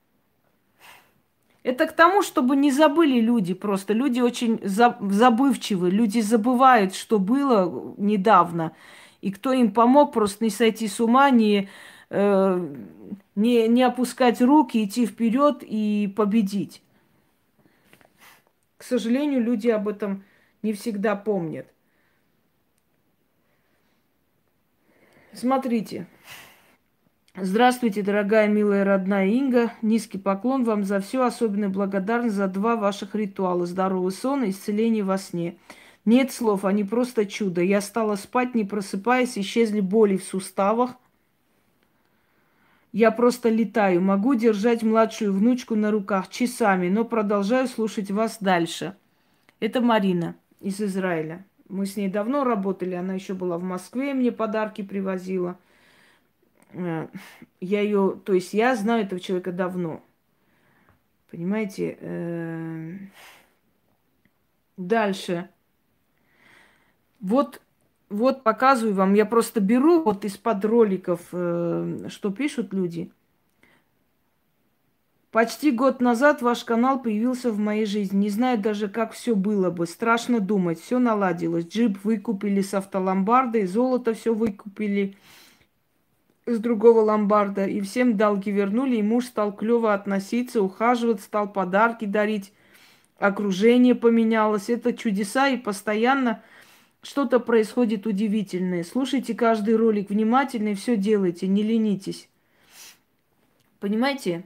Это к тому, чтобы не забыли люди просто. Люди очень забывчивы. Люди забывают, что было недавно. И кто им помог просто не сойти с ума, не опускать руки, идти вперед и победить. К сожалению, люди об этом не всегда помнят. Смотрите. Здравствуйте, дорогая, милая, родная Инга. Низкий поклон вам за все. Особенно благодарна за 2 ваших ритуала. Здоровый сон и исцеление во сне. Нет слов, они просто чудо. Я стала спать, не просыпаясь, исчезли боли в суставах. Я просто летаю. Могу держать младшую внучку на руках часами, но продолжаю слушать вас дальше. Это Марина из Израиля. Мы с ней давно работали. Она еще была в Москве, мне подарки привозила. Я ее, то есть я знаю этого человека давно. Понимаете? Дальше. Вот показываю вам. Я просто беру вот из-под роликов, что пишут люди. Почти год назад ваш канал появился в моей жизни. Не знаю даже, как все было бы. Страшно думать. Все наладилось. Джип выкупили с автоломбарда, и золото все выкупили с другого ломбарда. И всем долги вернули, и муж стал клево относиться, ухаживать, стал подарки дарить. Окружение поменялось. Это чудеса, и постоянно что-то происходит удивительное. Слушайте каждый ролик внимательно и все делайте, не ленитесь. Понимаете?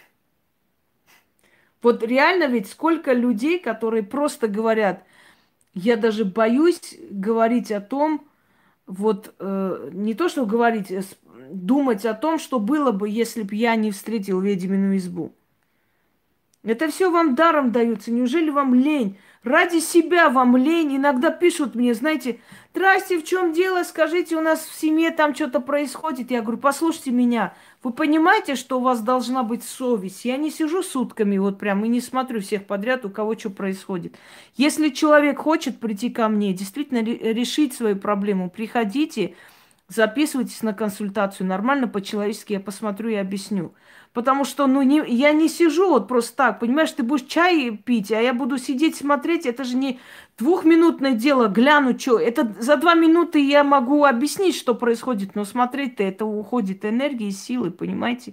Вот реально ведь сколько людей, которые просто говорят, я даже боюсь говорить о том, вот не то, что говорить, думать о том, что было бы, если бы я не встретил ведьмину избу. Это все вам даром дается. Неужели вам лень? Ради себя вам лень. Иногда пишут мне, знаете, здрасте, в чем дело? Скажите, у нас в семье там что-то происходит. Я говорю, послушайте меня. Вы понимаете, что у вас должна быть совесть? Я не сижу сутками вот прям и не смотрю всех подряд, у кого что происходит. Если человек хочет прийти ко мне, действительно решить свою проблему, приходите, записывайтесь на консультацию. Нормально, по-человечески я посмотрю и объясню. Потому что, я не сижу вот просто так, понимаешь, ты будешь чай пить, а я буду сидеть смотреть, это же не двухминутное дело, гляну, что. Это за 2 минуты я могу объяснить, что происходит, но смотреть-то это уходит энергии и силы, понимаете?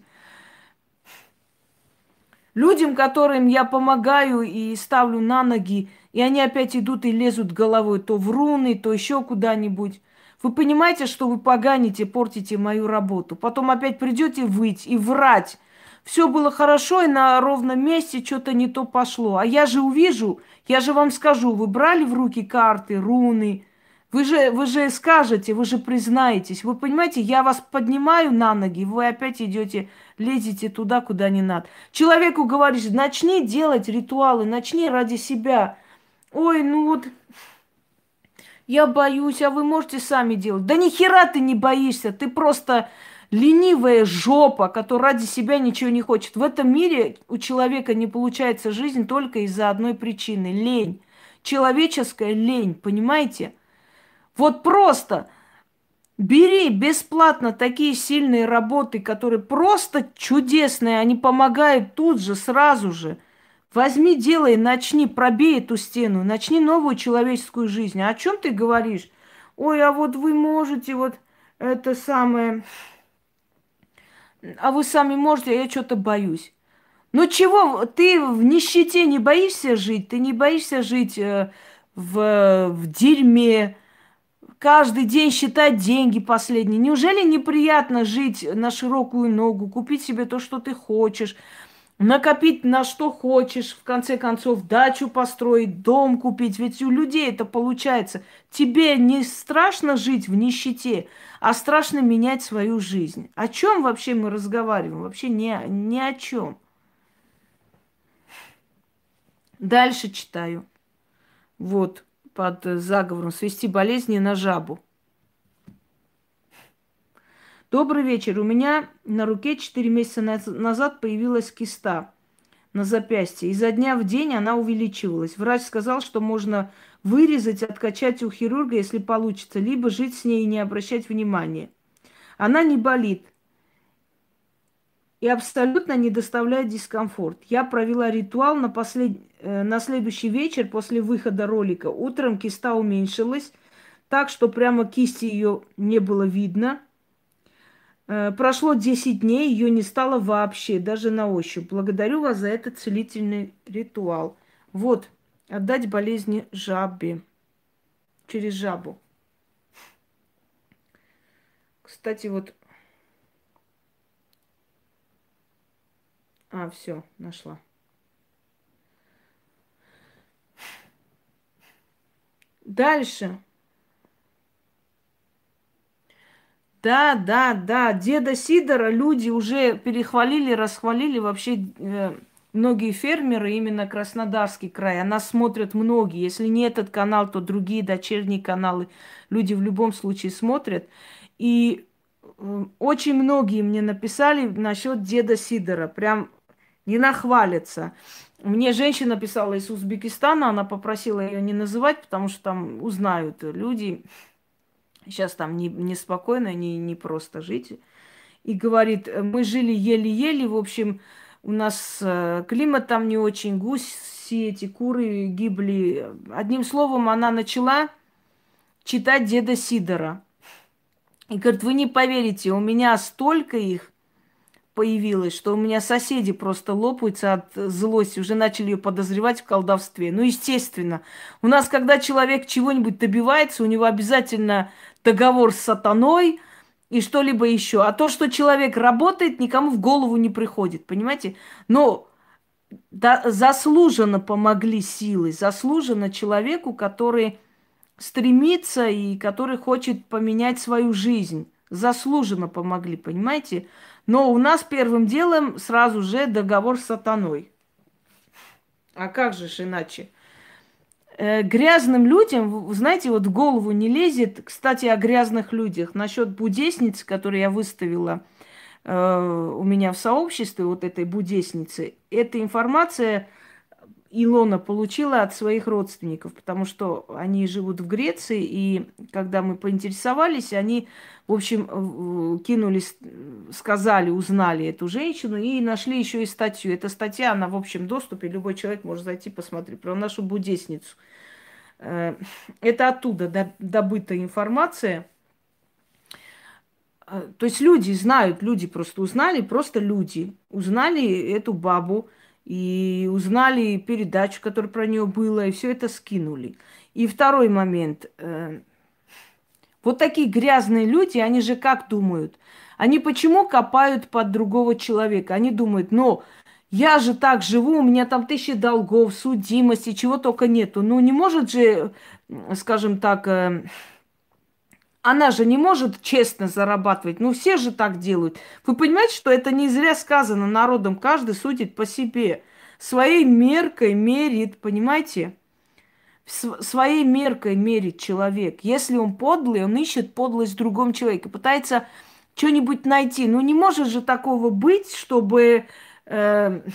Людям, которым я помогаю и ставлю на ноги, и они опять идут и лезут головой то в руны, то еще куда-нибудь. Вы понимаете, что вы поганите, портите мою работу. Потом опять придете выть и врать. Все было хорошо, и на ровном месте что-то не то пошло. А я же увижу, я же вам скажу, вы брали в руки карты, руны. Вы же скажете, вы же признаетесь. Вы понимаете, я вас поднимаю на ноги, вы опять идете, лезете туда, куда не надо. Человеку говоришь, начни делать ритуалы, начни ради себя. Ой, ну вот, я боюсь, а вы можете сами делать. Да ни хера ты не боишься, ты просто ленивая жопа, которая ради себя ничего не хочет. В этом мире у человека не получается жизнь только из-за одной причины – лень. Человеческая лень, понимаете? Вот просто бери бесплатно такие сильные работы, которые просто чудесные, они помогают тут же, сразу же. Возьми, делай, начни, пробей эту стену, начни новую человеческую жизнь. А о чем ты говоришь? Ой, а вот вы можете, вот это самое... А вы сами можете, а я что-то боюсь. Ну чего, ты в нищете не боишься жить? Ты не боишься жить в дерьме, каждый день считать деньги последние? Неужели неприятно жить на широкую ногу, купить себе то, что ты хочешь, накопить на что хочешь, в конце концов, дачу построить, дом купить? Ведь у людей это получается. Тебе не страшно жить в нищете, а страшно менять свою жизнь. О чем вообще мы разговариваем? Вообще ни о чем. Дальше читаю. Вот, под заговором «Свести болезни на жабу». Добрый вечер. У меня на руке 4 месяца назад появилась киста на запястье. Изо дня в день она увеличивалась. Врач сказал, что можно вырезать, откачать у хирурга, если получится, либо жить с ней и не обращать внимания. Она не болит и абсолютно не доставляет дискомфорт. Я провела ритуал на следующий вечер после выхода ролика. Утром киста уменьшилась, так что прямо кисти ее не было видно. Прошло 10 дней, ее не стало вообще, даже на ощупь. Благодарю вас за этот целительный ритуал. Вот, отдать болезни жабе. Через жабу. Кстати, вот... все, нашла. Дальше. Да, деда Сидора люди уже перехвалили, расхвалили. Вообще многие фермеры, именно Краснодарский край, а нас смотрят многие. Если не этот канал, то другие дочерние каналы. Люди в любом случае смотрят. И очень многие мне написали насчет деда Сидора. Прям не нахвалятся. Мне женщина писала из Узбекистана, она попросила ее не называть, потому что там узнают люди. Сейчас там неспокойно, не просто жить. И говорит, мы жили еле-еле, в общем, у нас климат там не очень, гуси эти, куры гибли. Одним словом, она начала читать деда Сидора. И говорит, вы не поверите, у меня столько их появилось, что у меня соседи просто лопаются от злости, уже начали ее подозревать в колдовстве. Ну, естественно. У нас, когда человек чего-нибудь добивается, у него обязательно договор с сатаной и что-либо еще. А то, что человек работает, никому в голову не приходит, понимаете? Но заслуженно помогли силы, заслуженно человеку, который стремится и который хочет поменять свою жизнь. Заслуженно помогли, понимаете? Но у нас первым делом сразу же договор с сатаной. А как же ж иначе? Грязным людям, вы знаете, вот в голову не лезет, кстати, о грязных людях. Насчет будесницы, которую я выставила у меня в сообществе, вот этой будесницы, эта информация Илона получила от своих родственников, потому что они живут в Греции, и когда мы поинтересовались, они, в общем, кинулись, сказали, узнали эту женщину и нашли еще и статью. Эта статья, она в общем доступе, любой человек может зайти посмотреть про нашу будесницу. Это оттуда добыта информация. То есть люди знают, люди просто узнали, просто люди узнали эту бабу и узнали передачу, которая про нее была, и все это скинули. И второй момент. Вот такие грязные люди, они же как думают? Они почему копают под другого человека? Они думают, ну, я же так живу, у меня там 1000 долгов, судимости, чего только нету. Ну, не может же, скажем так, она же не может честно зарабатывать. Ну, все же так делают. Вы понимаете, что это не зря сказано народом. Каждый судит по себе. Своей меркой мерит, понимаете? Своей меркой мерит человек. Если он подлый, он ищет подлость в другом человеке. Пытается что-нибудь найти. Ну, не может же такого быть, чтобы... ну,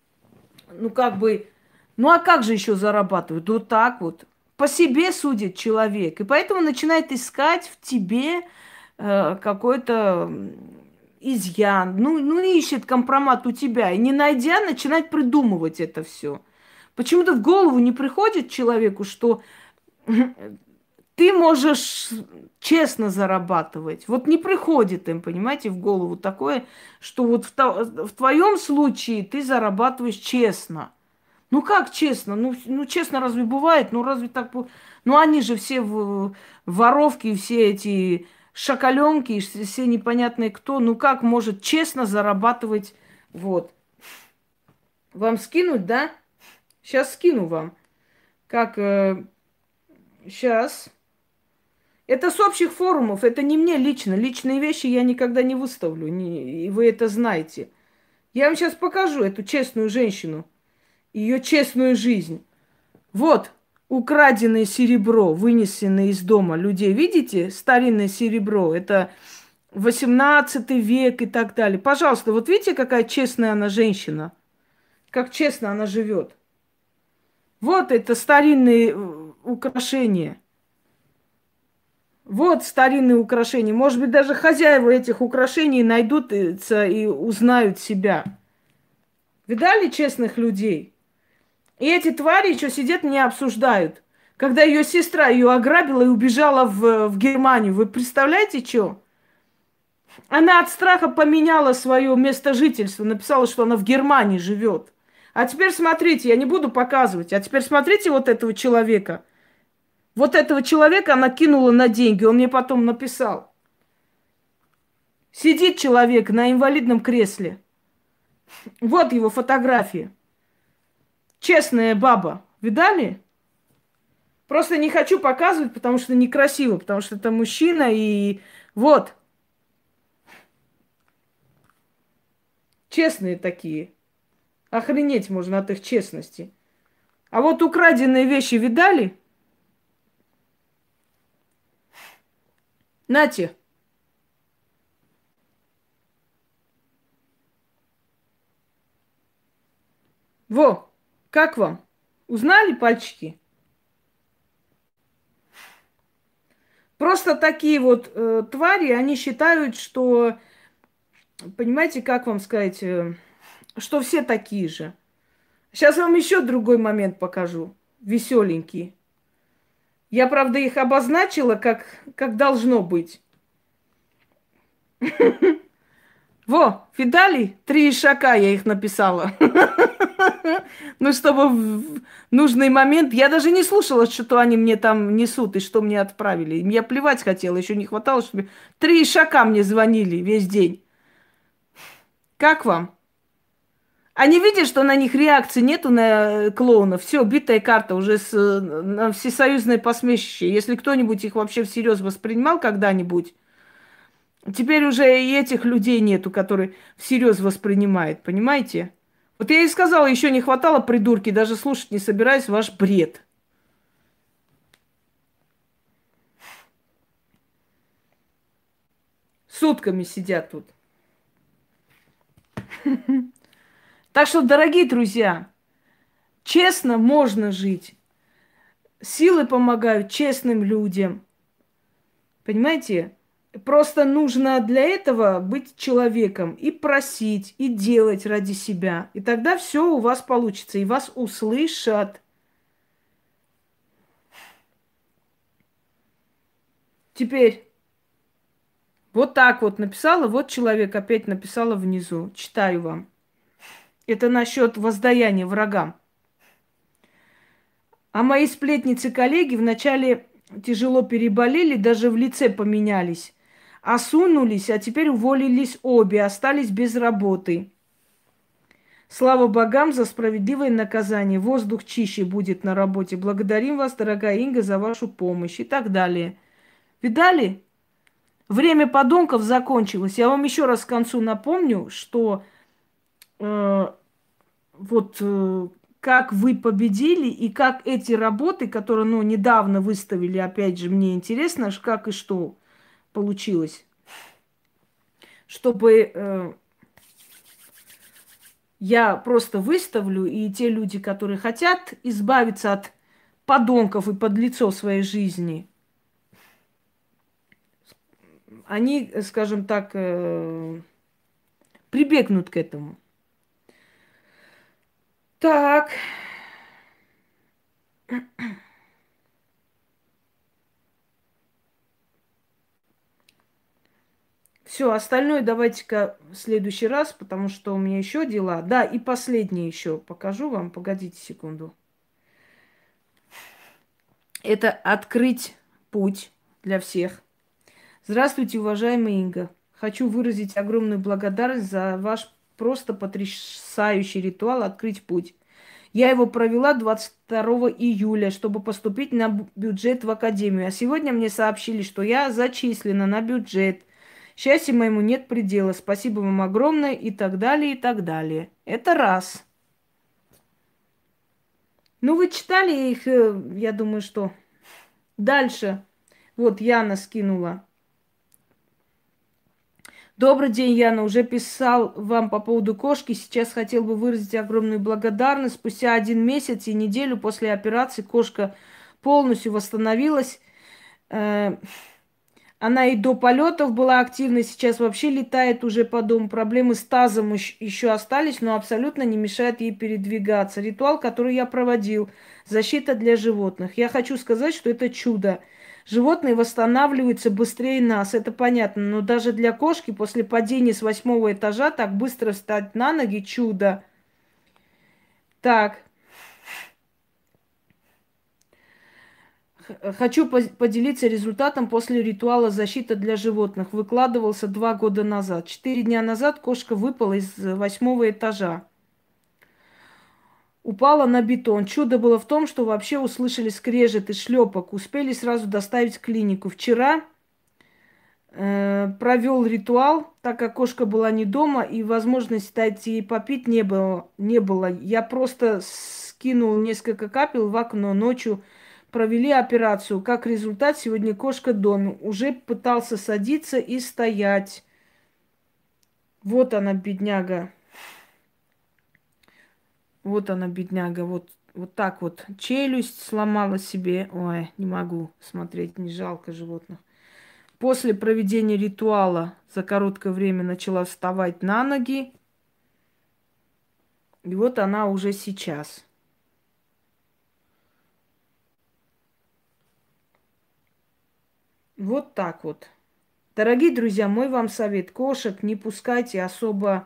как бы... Ну, а как же еще зарабатывают? Вот так вот. По себе судит человек. И поэтому начинает искать в тебе какой-то изъян. Ну, ищет компромат у тебя. И не найдя, начинает придумывать это все. Почему-то в голову не приходит человеку, что ты можешь честно зарабатывать. Вот не приходит им, понимаете, в голову такое, что вот в твоем случае ты зарабатываешь честно. Ну как честно? Ну честно разве бывает? Ну разве так? Ну они же все воровки, все эти шакаленки, все непонятные кто. Ну как может честно зарабатывать? Вот. Вам скинуть, да? Сейчас скину вам. Как? Сейчас. Это с общих форумов. Это не мне лично. Личные вещи я никогда не выставлю. И вы это знаете. Я вам сейчас покажу эту честную женщину. Ее честную жизнь. Вот украденное серебро, вынесенное из дома людей. Видите? Старинное серебро. Это 18 век и так далее. Пожалуйста, вот видите, какая честная она женщина? Как честно она живет. Вот это старинные украшения. Вот старинные украшения. Может быть, даже хозяева этих украшений найдутся и узнают себя. Видали честных людей? И эти твари еще сидят, меня обсуждают. Когда ее сестра ее ограбила и убежала в Германию. Вы представляете, что? Она от страха поменяла свое место жительства. Написала, что она в Германии живет. А теперь смотрите, я не буду показывать. А теперь смотрите вот этого человека. Вот этого человека она кинула на деньги. Он мне потом написал. Сидит человек на инвалидном кресле. Вот его фотография. Честная баба. Видали? Просто не хочу показывать, потому что некрасиво. Потому что это мужчина и... Вот. Честные такие. Охренеть можно от их честности. А вот украденные вещи видали? Нате. Во. Как вам? Узнали пальчики? Просто такие вот твари, они считают, что, понимаете, как вам сказать, что все такие же. Сейчас вам еще другой момент покажу, веселенький. Я, правда, их обозначила, как должно быть. Во, видали? 3 ишака я их написала. Ну, чтобы в нужный момент... Я даже не слушала, что они мне там несут и что мне отправили. Я плевать хотела, еще не хватало, чтобы... 3 ишака мне звонили весь день. Как вам? Они видят, что на них реакции нету на клоунов. Все, битая карта уже на всесоюзное посмешище. Если кто-нибудь их вообще всерьез воспринимал когда-нибудь, теперь уже и этих людей нету, которые всерьез воспринимают, понимаете? Вот я и сказала, еще не хватало, придурки, даже слушать не собираюсь ваш бред. Сутками сидят тут. Так что, дорогие друзья, честно можно жить. Силы помогают честным людям. Понимаете? Просто нужно для этого быть человеком и просить, и делать ради себя. И тогда все у вас получится, и вас услышат. Теперь вот так вот написала, вот человек опять написала внизу. Читаю вам. Это насчет воздаяния врагам. А мои сплетницы-коллеги вначале тяжело переболели, даже в лице поменялись. Осунулись, а теперь уволились обе, остались без работы. Слава богам за справедливое наказание. Воздух чище будет на работе. Благодарим вас, дорогая Инга, за вашу помощь и так далее. Видали? Время подонков закончилось. Я вам еще раз к концу напомню, что как вы победили и как эти работы, которые недавно выставили, опять же, мне интересно, как и что получилось. Чтобы я просто выставлю, и те люди, которые хотят избавиться от подонков и подлецов своей жизни, они, скажем так, прибегнут к этому. Так. Все, остальное давайте-ка в следующий раз, потому что у меня еще дела. Да, и последнее еще покажу вам. Погодите секунду. Это открыть путь для всех. Здравствуйте, уважаемая Инга. Хочу выразить огромную благодарность за ваш просто потрясающий ритуал «Открыть путь». Я его провела 22 июля, чтобы поступить на бюджет в академию. А сегодня мне сообщили, что я зачислена на бюджет. Счастью моему нет предела. Спасибо вам огромное и так далее, и так далее. Это раз. Ну, вы читали их, я думаю, что... Дальше. Вот Яна скинула. Добрый день, Яна. Уже писал вам по поводу кошки. Сейчас хотел бы выразить огромную благодарность. Спустя 1 месяц и неделю после операции кошка полностью восстановилась. Она и до полетов была активной, сейчас вообще летает уже по дому. Проблемы с тазом еще остались, но абсолютно не мешает ей передвигаться. Ритуал, который я проводил, защита для животных. Я хочу сказать, что это чудо. Животные восстанавливаются быстрее нас, это понятно. Но даже для кошки после падения с 8-го этажа так быстро встать на ноги – чудо. Так. Хочу поделиться результатом после ритуала защиты для животных. Выкладывался 2 года назад. 4 дня назад кошка выпала из 8-го этажа. Упала на бетон. Чудо было в том, что вообще услышали скрежет и шлепок. Успели сразу доставить в клинику. Вчера провел ритуал, так как кошка была не дома и возможности дать ей попить не было. Я просто скинул несколько капель в окно ночью. Провели операцию. Как результат, сегодня кошка дома. Уже пытался садиться и стоять. Вот она, бедняга. Вот она, бедняга. Вот так вот. Челюсть сломала себе. Ой, не могу смотреть, не жалко животных. После проведения ритуала за короткое время начала вставать на ноги. И вот она уже сейчас. Вот так вот. Дорогие друзья, мой вам совет. Кошек не пускайте особо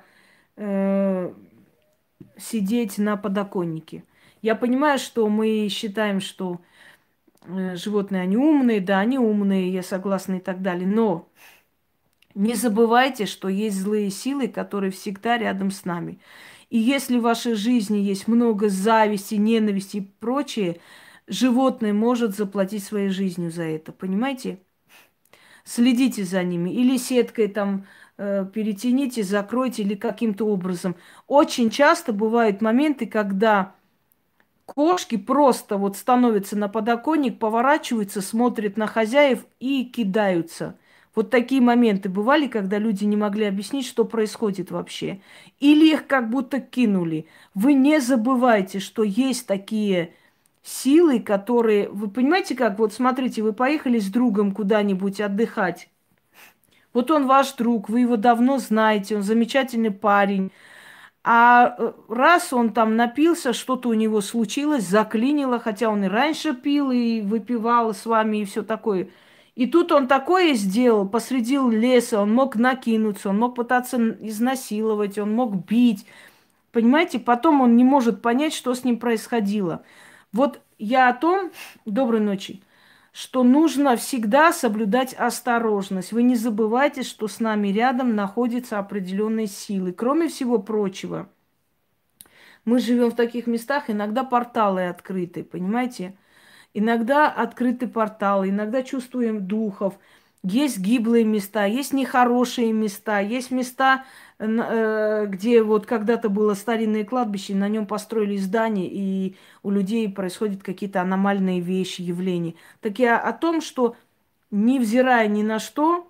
сидеть на подоконнике. Я понимаю, что мы считаем, что животные, они умные. Да, они умные, я согласна и так далее. Но не забывайте, что есть злые силы, которые всегда рядом с нами. И если в вашей жизни есть много зависти, ненависти и прочее, животное может заплатить своей жизнью за это. Понимаете? Следите за ними. Или сеткой там перетяните, закройте, или каким-то образом. Очень часто бывают моменты, когда кошки просто вот становятся на подоконник, поворачиваются, смотрят на хозяев и кидаются. Вот такие моменты бывали, когда люди не могли объяснить, что происходит вообще. Или их как будто кинули. Вы не забывайте, что есть такие силы, которые... Вы понимаете как? Вот смотрите, вы поехали с другом куда-нибудь отдыхать. Вот он ваш друг, вы его давно знаете, он замечательный парень. А раз он там напился, что-то у него случилось, заклинило, хотя он и раньше пил, и выпивал с вами, и все такое. И тут он такое сделал посреди леса, он мог накинуться, он мог пытаться изнасиловать, он мог бить. Понимаете, потом он не может понять, что с ним происходило. Вот я о том, доброй ночи, что нужно всегда соблюдать осторожность. Вы не забывайте, что с нами рядом находятся определенные силы. Кроме всего прочего, мы живем в таких местах, иногда порталы открыты, понимаете? Иногда открыты порталы, иногда чувствуем духов. Есть гиблые места, есть нехорошие места, есть места, где вот когда-то было старинное кладбище, на нем построили здание, и у людей происходят какие-то аномальные вещи, явления. Так я о том, что невзирая ни на что,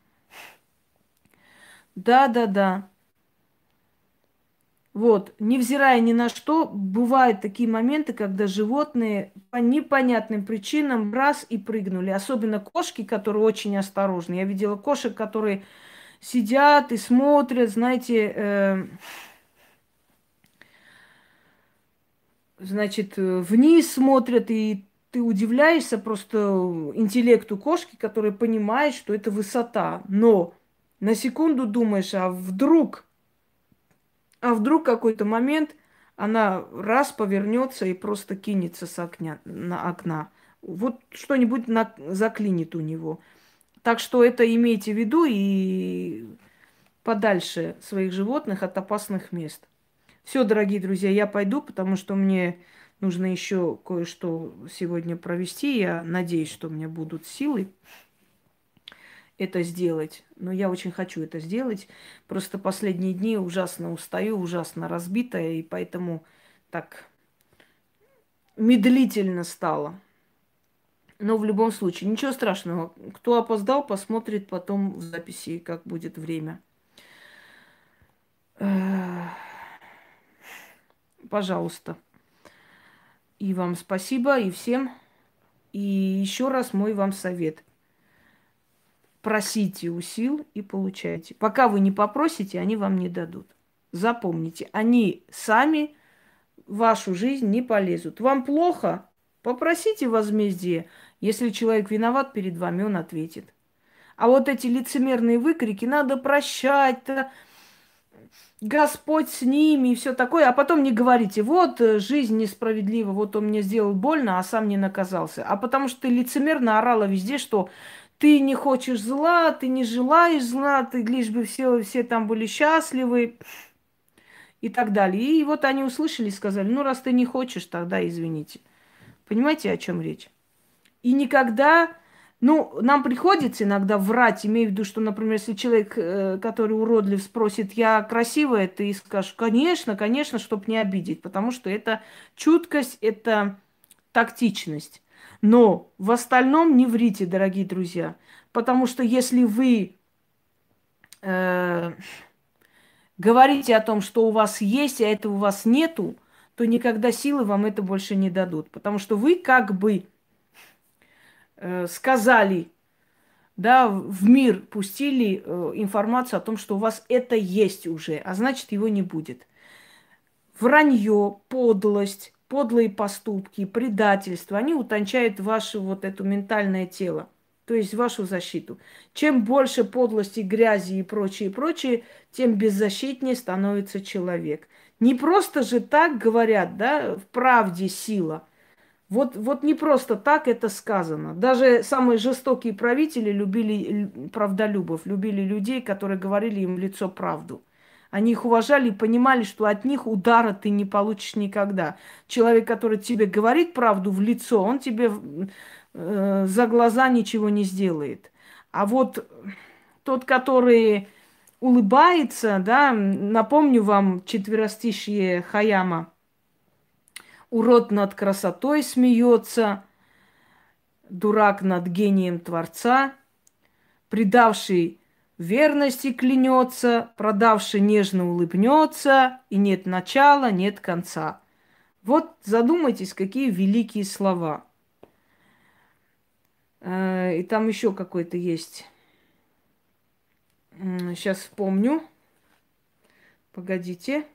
да. Вот, невзирая ни на что, бывают такие моменты, когда животные по непонятным причинам раз и прыгнули. Особенно кошки, которые очень осторожны. Я видела кошек, которые сидят и смотрят, знаете, вниз смотрят, и ты удивляешься просто интеллекту кошки, которая понимает, что это высота. Но на секунду думаешь, а вдруг какой-то момент она раз повернется и просто кинется с окна, на окна. Вот что-нибудь заклинит у него. Так что это имейте в виду и подальше своих животных от опасных мест. Все, дорогие друзья, я пойду, потому что мне нужно еще кое-что сегодня провести. Я надеюсь, что у меня будут силы это сделать. Но я очень хочу это сделать. Просто последние дни ужасно устаю, ужасно разбитая, и поэтому так медлительно стало. Но в любом случае, ничего страшного. Кто опоздал, посмотрит потом в записи, как будет время. Пожалуйста. И вам спасибо, и всем. И еще раз мой вам совет. Просите у сил и получайте. Пока вы не попросите, они вам не дадут. Запомните, они сами в вашу жизнь не полезут. Вам плохо? Попросите возмездие. Если человек виноват перед вами, он ответит. А вот эти лицемерные выкрики, надо прощать, Господь с ними и все такое. А потом не говорите, вот жизнь несправедлива, вот он мне сделал больно, а сам не наказался. А потому что ты лицемерно орала везде, что ты не хочешь зла, ты не желаешь зла, ты лишь бы все там были счастливы и так далее. И вот они услышали и сказали, ну раз ты не хочешь, тогда извините. Понимаете, о чем речь? И никогда, нам приходится иногда врать, имею в виду, что, например, если человек, который уродлив, спросит, я красивая, ты скажешь, конечно, чтобы не обидеть, потому что это чуткость, это тактичность. Но в остальном не врите, дорогие друзья, потому что если вы говорите о том, что у вас есть, а этого у вас нету, то никогда силы вам это больше не дадут, потому что вы как бы сказали, да, в мир пустили информацию о том, что у вас это есть уже, а значит, его не будет. Вранье, подлость, подлые поступки, предательство, они утончают ваше вот это ментальное тело, то есть вашу защиту. Чем больше подлости, грязи и прочее, тем беззащитнее становится человек. Не просто же так говорят, да, в правде сила. Вот не просто так это сказано. Даже самые жестокие правители любили правдолюбов, любили людей, которые говорили им в лицо правду. Они их уважали и понимали, что от них удара ты не получишь никогда. Человек, который тебе говорит правду в лицо, он тебе за глаза ничего не сделает. А вот тот, который улыбается, да, напомню вам четверостишье Хаяма. Урод над красотой смеется, дурак над гением Творца, предавший верности клянется, продавший нежно улыбнется, и нет начала, нет конца. Вот задумайтесь, какие великие слова. И там еще какой-то есть. Сейчас вспомню. Погодите.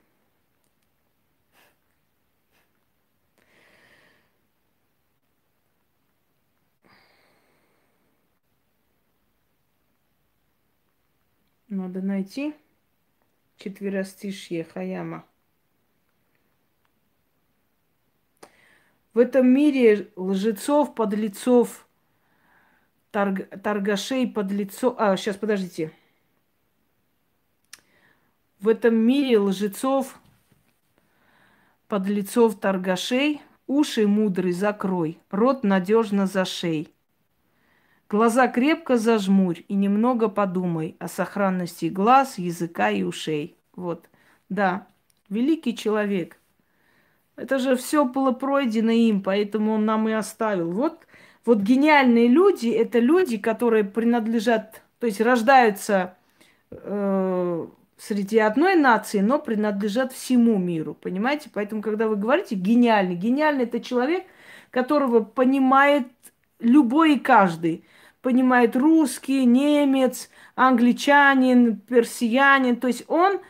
Надо найти четверостишье Хаяма. В этом мире лжецов, подлецов, торгашей, подлецов... сейчас, подождите. В этом мире лжецов, подлецов, торгашей, уши мудрый закрой, рот надежно зашей. Глаза крепко зажмурь и немного подумай о сохранности глаз, языка и ушей. Вот, да, великий человек. Это же все было пройдено им, поэтому он нам и оставил. Вот гениальные люди – это люди, которые принадлежат, то есть рождаются среди одной нации, но принадлежат всему миру, понимаете? Поэтому, когда вы говорите гениальный, гениальный – это человек, которого понимает любой и каждый. Понимает русский, немец, англичанин, персиянин. То есть он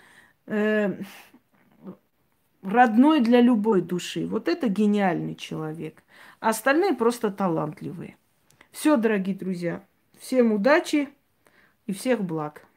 родной для любой души. Вот это гениальный человек. А остальные просто талантливые. Все, дорогие друзья. Всем удачи и всех благ.